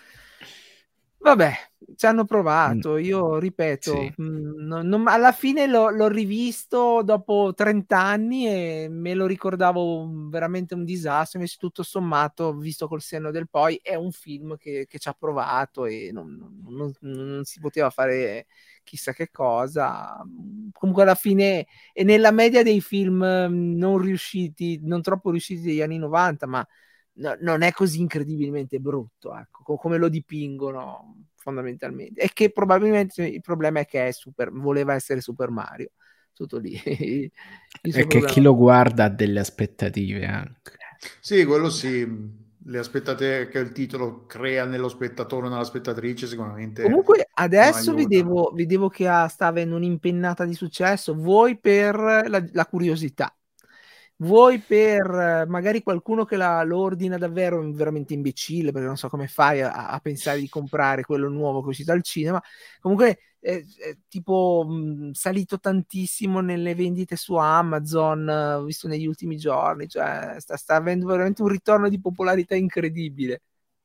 vabbè, ci hanno Mm, provato. Io sì. ripeto, mh, non- non- alla fine l'ho, l'ho rivisto dopo trenta anni e me lo ricordavo un- veramente un disastro. Invece, tutto sommato, visto col senno del poi, è un film che, che ci ha provato e non, non- non- non si poteva fare chissà che cosa. Comunque, alla fine è nella media dei film mh, non riusciti, non troppo riusciti degli anni novanta, ma no, non è così incredibilmente brutto, ecco, co- come lo dipingono fondamentalmente. E che probabilmente il problema è che è super, voleva essere Super Mario, tutto lì. Il suo E che chi problema. lo guarda ha delle aspettative anche. Sì, quello sì, le aspettative che il titolo crea nello spettatore o nella spettatrice sicuramente Comunque non adesso aiutano. vedevo, vedevo che ha- sta avendo un'impennata di successo, vuoi per la, la curiosità, vuoi per eh, magari qualcuno che la, lo ordina davvero veramente imbecille, perché non so come fai a, a pensare di comprare quello nuovo che è uscito al cinema. Comunque è, è tipo mh, salito tantissimo nelle vendite su Amazon, eh, ho visto negli ultimi giorni, cioè sta, sta avendo veramente un ritorno di popolarità incredibile.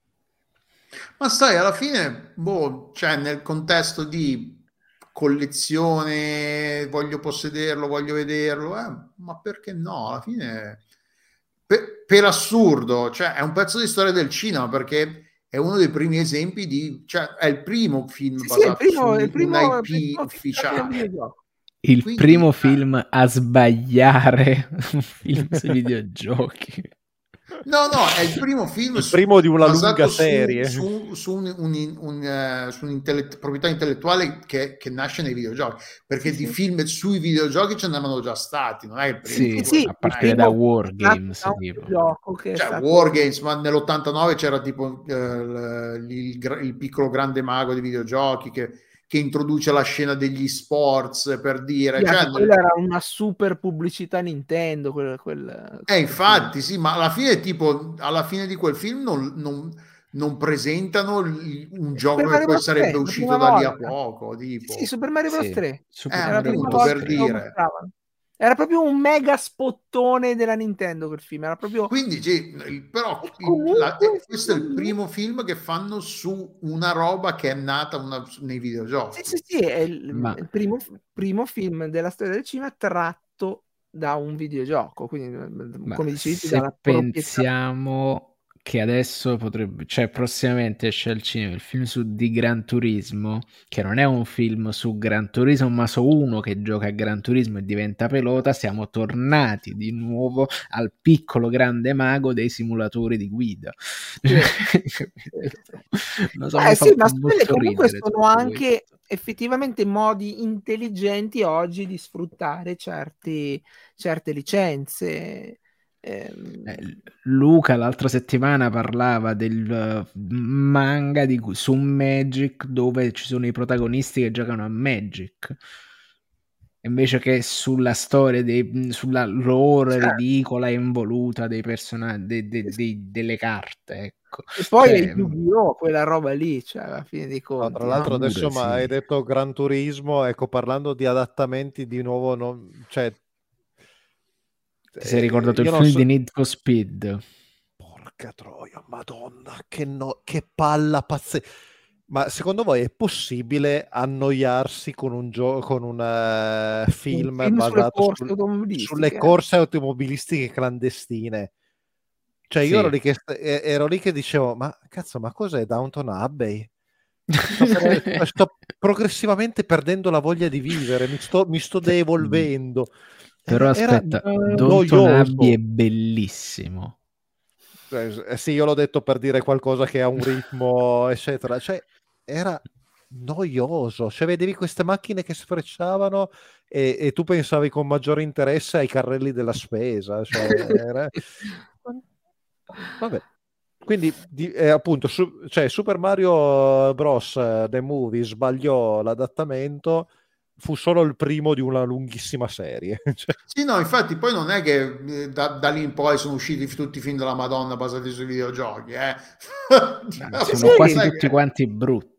Ma sai, alla fine, boh, cioè nel contesto di collezione, voglio possederlo, voglio vederlo, eh, ma perché no? Alla fine, per, per assurdo, cioè è un pezzo di storia del cinema perché è uno dei primi esempi di, cioè è il primo film Sì, sì, è il basato su primo, è il un, un primo, è il I P primo film tratto da un ufficiale. videogioco. Il Quindi, primo eh, film a sbagliare un film sui videogiochi. no, no, è il primo film Il su- primo di una lunga basato su, serie. su, su un, un- un, eh, su un'intellett- proprietà intellettuale che, che nasce nei videogiochi, perché Sì, di sì. film sui videogiochi ce n'erano già stati, non è il primo. Sì, Sì, sì, a il partire da primo War è nato Games, da un tipo. videogioco che è Cioè, stato... Wargames, ma nell'ottantanove c'era tipo eh, il, il gra- il piccolo grande mago dei videogiochi che, che introduce la scena degli sports per dire, Sì, cioè, anche quella nel- era una super pubblicità Nintendo, quel, quel, eh, quel film. infatti, sì, ma alla fine, tipo, alla fine di quel film non, non- non presentano il- un Super gioco che Mario poi Bros. sarebbe tre, la uscito prima da lì a volta. poco, Sì, sì, tipo. Super Mario Bros. Sì, tre. Super Eh, Era la Mario prima appunto, Bros. volta per che lo tre. dire. mostravano. Era proprio un mega spottone della Nintendo quel film, era proprio... Quindi, sì, il- però E il- la- comunque, eh, questo è il secondo me... primo film che fanno su una roba che è nata una- nei Sì, videogiochi. sì, sì, è il, Ma il primo, primo film della storia del cinema tratto da un videogioco, quindi Ma come dicevi tu, dalla se proprietà. pensiamo che adesso potrebbe, cioè prossimamente esce al cinema il film su di Gran Turismo, che non è un film su Gran Turismo, ma su uno che gioca a Gran Turismo e diventa pilota, siamo tornati di nuovo al piccolo grande mago dei simulatori di guida. Sì. Non so, Eh mi sì, fa ma molto quelle comunque ridere sono tutto anche questo. effettivamente modi intelligenti oggi di sfruttare certi, certe licenze. Ehm, Eh, Luca l'altra settimana parlava del eh, manga di, cui- su Magic dove ci sono i protagonisti che giocano a Magic invece che sulla storia dei, sulla lore certo. ridicola e involuta dei personaggi dei- dei- dei- delle carte, ecco. E poi è Cioè, Yu-Gi-Oh! Quella roba lì, cioè alla fine dei No, tra conti, ah, l'altro no? pure adesso ma hai sì. detto Gran Turismo, ecco, parlando di adattamenti di nuovo, non- cioè, Ti sei eh, ricordato il io non film so, di Need for Speed? porca troia, madonna, che, no, che palla pazzesca. Ma secondo voi è possibile annoiarsi con un, gio- con un eh, Un film film sulle basato corse sul- sulle automobilistiche. corse automobilistiche clandestine? Cioè io ero Sì. lì che, eh, ero lì che dicevo, ma cazzo, ma cos'è Downton Abbey? Sto, per- sto progressivamente perdendo la voglia di vivere, mi sto, mi sto devolvendo. Però Era, era aspetta, Downton Abbey noioso. è bellissimo. Eh, eh, sì, io l'ho detto per dire qualcosa che ha un ritmo, eccetera. Cioè, era noioso. Cioè, vedevi queste macchine che sfrecciavano e, e tu pensavi con maggiore interesse ai carrelli della spesa. Cioè, era... Vabbè. Quindi, di, eh, appunto, su, cioè, Super Mario Bros. The Movie sbagliò l'adattamento, fu solo il primo di una lunghissima serie. Cioè, Sì, no, infatti poi non è che eh, da, da lì in poi sono usciti tutti i film della Madonna basati sui videogiochi, eh. Ma Sì, sono sì. quasi Non è tutti che- quanti brutti.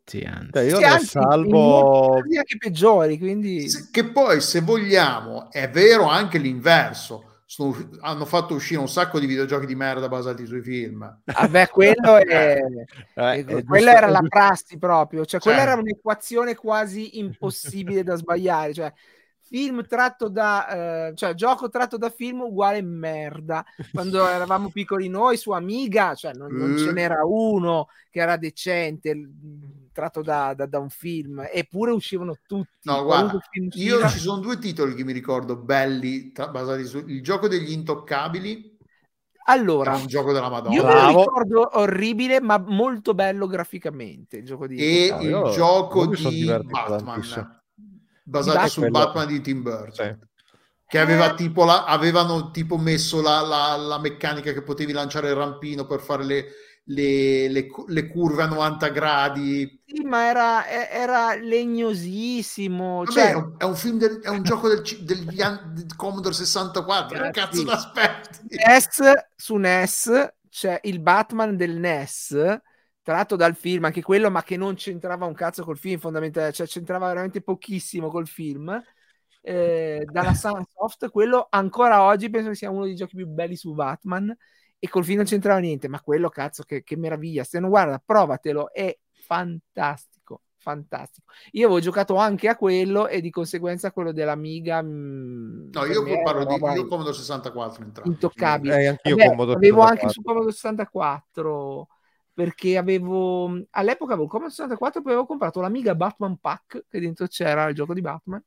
tutti, anzi. Cioè, io Sì, ne anzi, in molti salvo casi anche peggiori, quindi Se- che poi, se vogliamo, è vero anche l'inverso. Sono usci- hanno fatto uscire un sacco di videogiochi di merda basati sui film. vabbè, quello è, eh, è- è quella giusto, era è la giusto. prassi proprio, cioè quella Cioè, era un'equazione quasi impossibile da sbagliare, cioè film tratto da eh, cioè gioco tratto da film uguale merda. Quando eravamo piccoli noi su Amiga, cioè non, non ce eh, n'era uno che era decente l- tratto da, da- da un film, eppure uscivano tutti, no, qualunque guarda, film io usciva. ci sono due titoli che mi ricordo belli, tra- basati sul il gioco degli intoccabili, era Allora, un gioco della io me lo Madonna, Bravo. ricordo orribile, ma molto bello graficamente, il gioco di e No, Intoccabili. il io, gioco io mi sono di divertito tantissimo. Batman, Di basati E sul Batman? quello, Batman di Tim sì. Burton. Che aveva tipo la, avevano tipo messo la, la, la meccanica che potevi lanciare il rampino per fare le, le, le, le curve a novanta gradi. Sì, ma era, e- era legnosissimo, Vabbè, è cioè, un, è un film del, è un gioco del, ci- degli anni del Commodore sessantaquattro. Che cazzo ragazzi, ti aspetti? N E S, su N E S c'è il Batman del N E S tratto dal film, anche quello, ma che non c'entrava un cazzo col film, fondamentalmente, cioè c'entrava veramente pochissimo col film. Eh, dalla Sunsoft, quello ancora oggi penso che sia uno dei giochi più belli su Batman, e col film non c'entrava niente, ma quello cazzo che, che meraviglia, se non guarda provatelo, è fantastico, fantastico. Io avevo giocato anche a quello e di conseguenza quello dell'Amiga mh, No, per io me è parlo una di roba io Commodore sessantaquattro entrambi. intoccabile. Eh, anch'io Vabbè, Commodore avevo anche sessantaquattro. su Commodore sessantaquattro perché avevo all'epoca avevo il Commodore sessantaquattro, poi avevo comprato l'Amiga Batman Pack che dentro c'era il gioco di Batman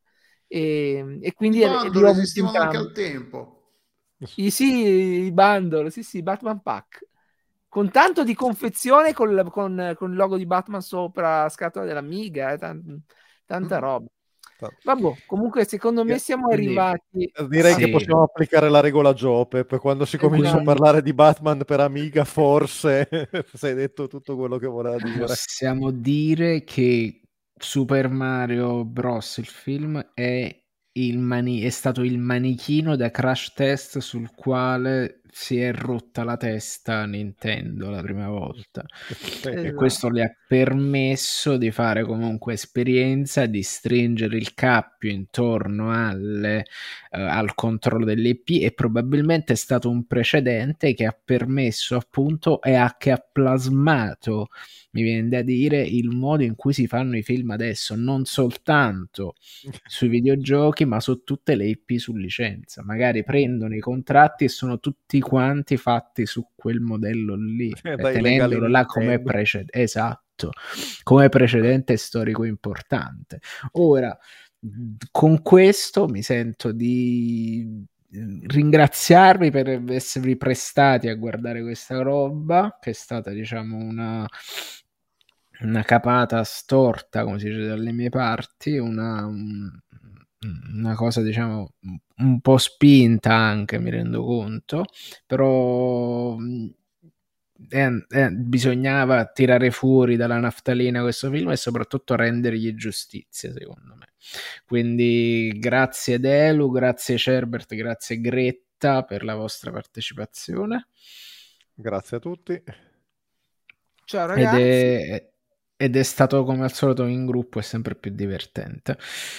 e, e I quindi li bundle ho avuti esistivano anche entrambi. al tempo. I, sì, i bundle, sì, sì, Batman Pack. Con tanto di confezione col- con, con il logo di Batman sopra la scatola dell'Amiga, eh, tan- tanta Mm. roba. Vabbè, comunque secondo me siamo Quindi, arrivati Direi a... che sì. possiamo applicare la regola Giopep. Quando si comincia a Esatto. parlare di Batman per Amiga, forse si è detto tutto quello che voleva dire. Possiamo dire che Super Mario Bros. Il film è, il mani- è stato il manichino da crash test sul quale si è rotta la testa Nintendo la prima volta. Sì. E Esatto. questo le ha permesso di fare comunque esperienza, di stringere il cappio intorno alle, eh, al controllo delle I P, e probabilmente è stato un precedente che ha permesso appunto e ha, che ha plasmato, mi viene da dire, il modo in cui si fanno i film adesso, non soltanto sui videogiochi ma su tutte le I P su licenza. Magari prendono i contratti e sono tutti quanti fatti su quel modello lì, Dai legali tenendolo là come Nintendo. precedente, esatto, come precedente storico importante. Ora, con questo mi sento di ringraziarvi per esservi prestati a guardare questa roba, che è stata, diciamo, una una capata storta, come si dice dalle mie parti, una, una cosa, diciamo, un po' spinta anche, mi rendo conto, però eh, eh, bisognava tirare fuori dalla naftalina questo film e soprattutto rendergli giustizia, secondo me. Quindi grazie Delu, grazie Cerbert, grazie Gretta per la vostra partecipazione. Grazie a tutti. Ciao Ed ragazzi. è, ed è stato, come al solito, in gruppo è sempre più divertente,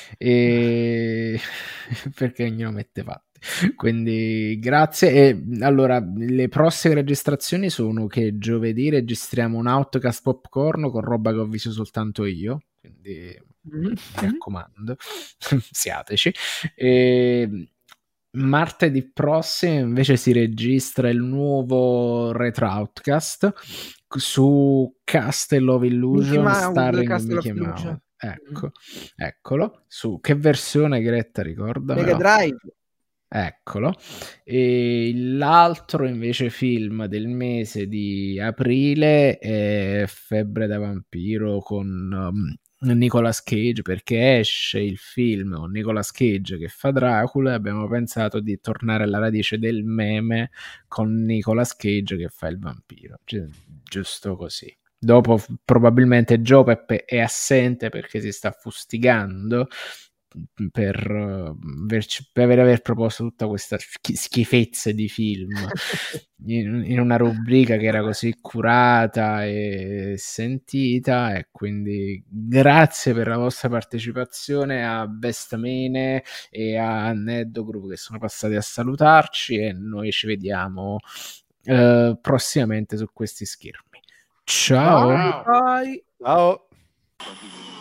e perché ognuno mette fatti. Quindi grazie. E allora le prossime registrazioni sono che giovedì registriamo un Outcast Popcorn con roba che ho visto soltanto io, quindi Mm-hmm. mi raccomando, siateci. E martedì prossimo invece si registra il nuovo Retro Outcast su Castle of Illusion Mickey Mouse, starring Castle of Mickey Illusion. Mouse. Ecco, eccolo. Su che versione, Gretta, ricordamelo? Mega Drive. Eccolo. E l'altro invece film del mese di aprile è Febbre da vampiro con um, Nicolas Cage, perché esce il film con Nicolas Cage che fa Dracula e abbiamo pensato di tornare alla radice del meme con Nicolas Cage che fa il vampiro, Gi- giusto così. Dopo f- probabilmente Joe Peppe è assente perché si sta fustigando, per, uh, averci, per aver, aver proposto tutta questa schifezza di film in, in una rubrica che era così curata e sentita, e quindi grazie per la vostra partecipazione a Bestamene e a Neddo Group che sono passati a salutarci, e noi ci vediamo uh, prossimamente su questi schermi. Ciao. Bye. Bye. Ciao.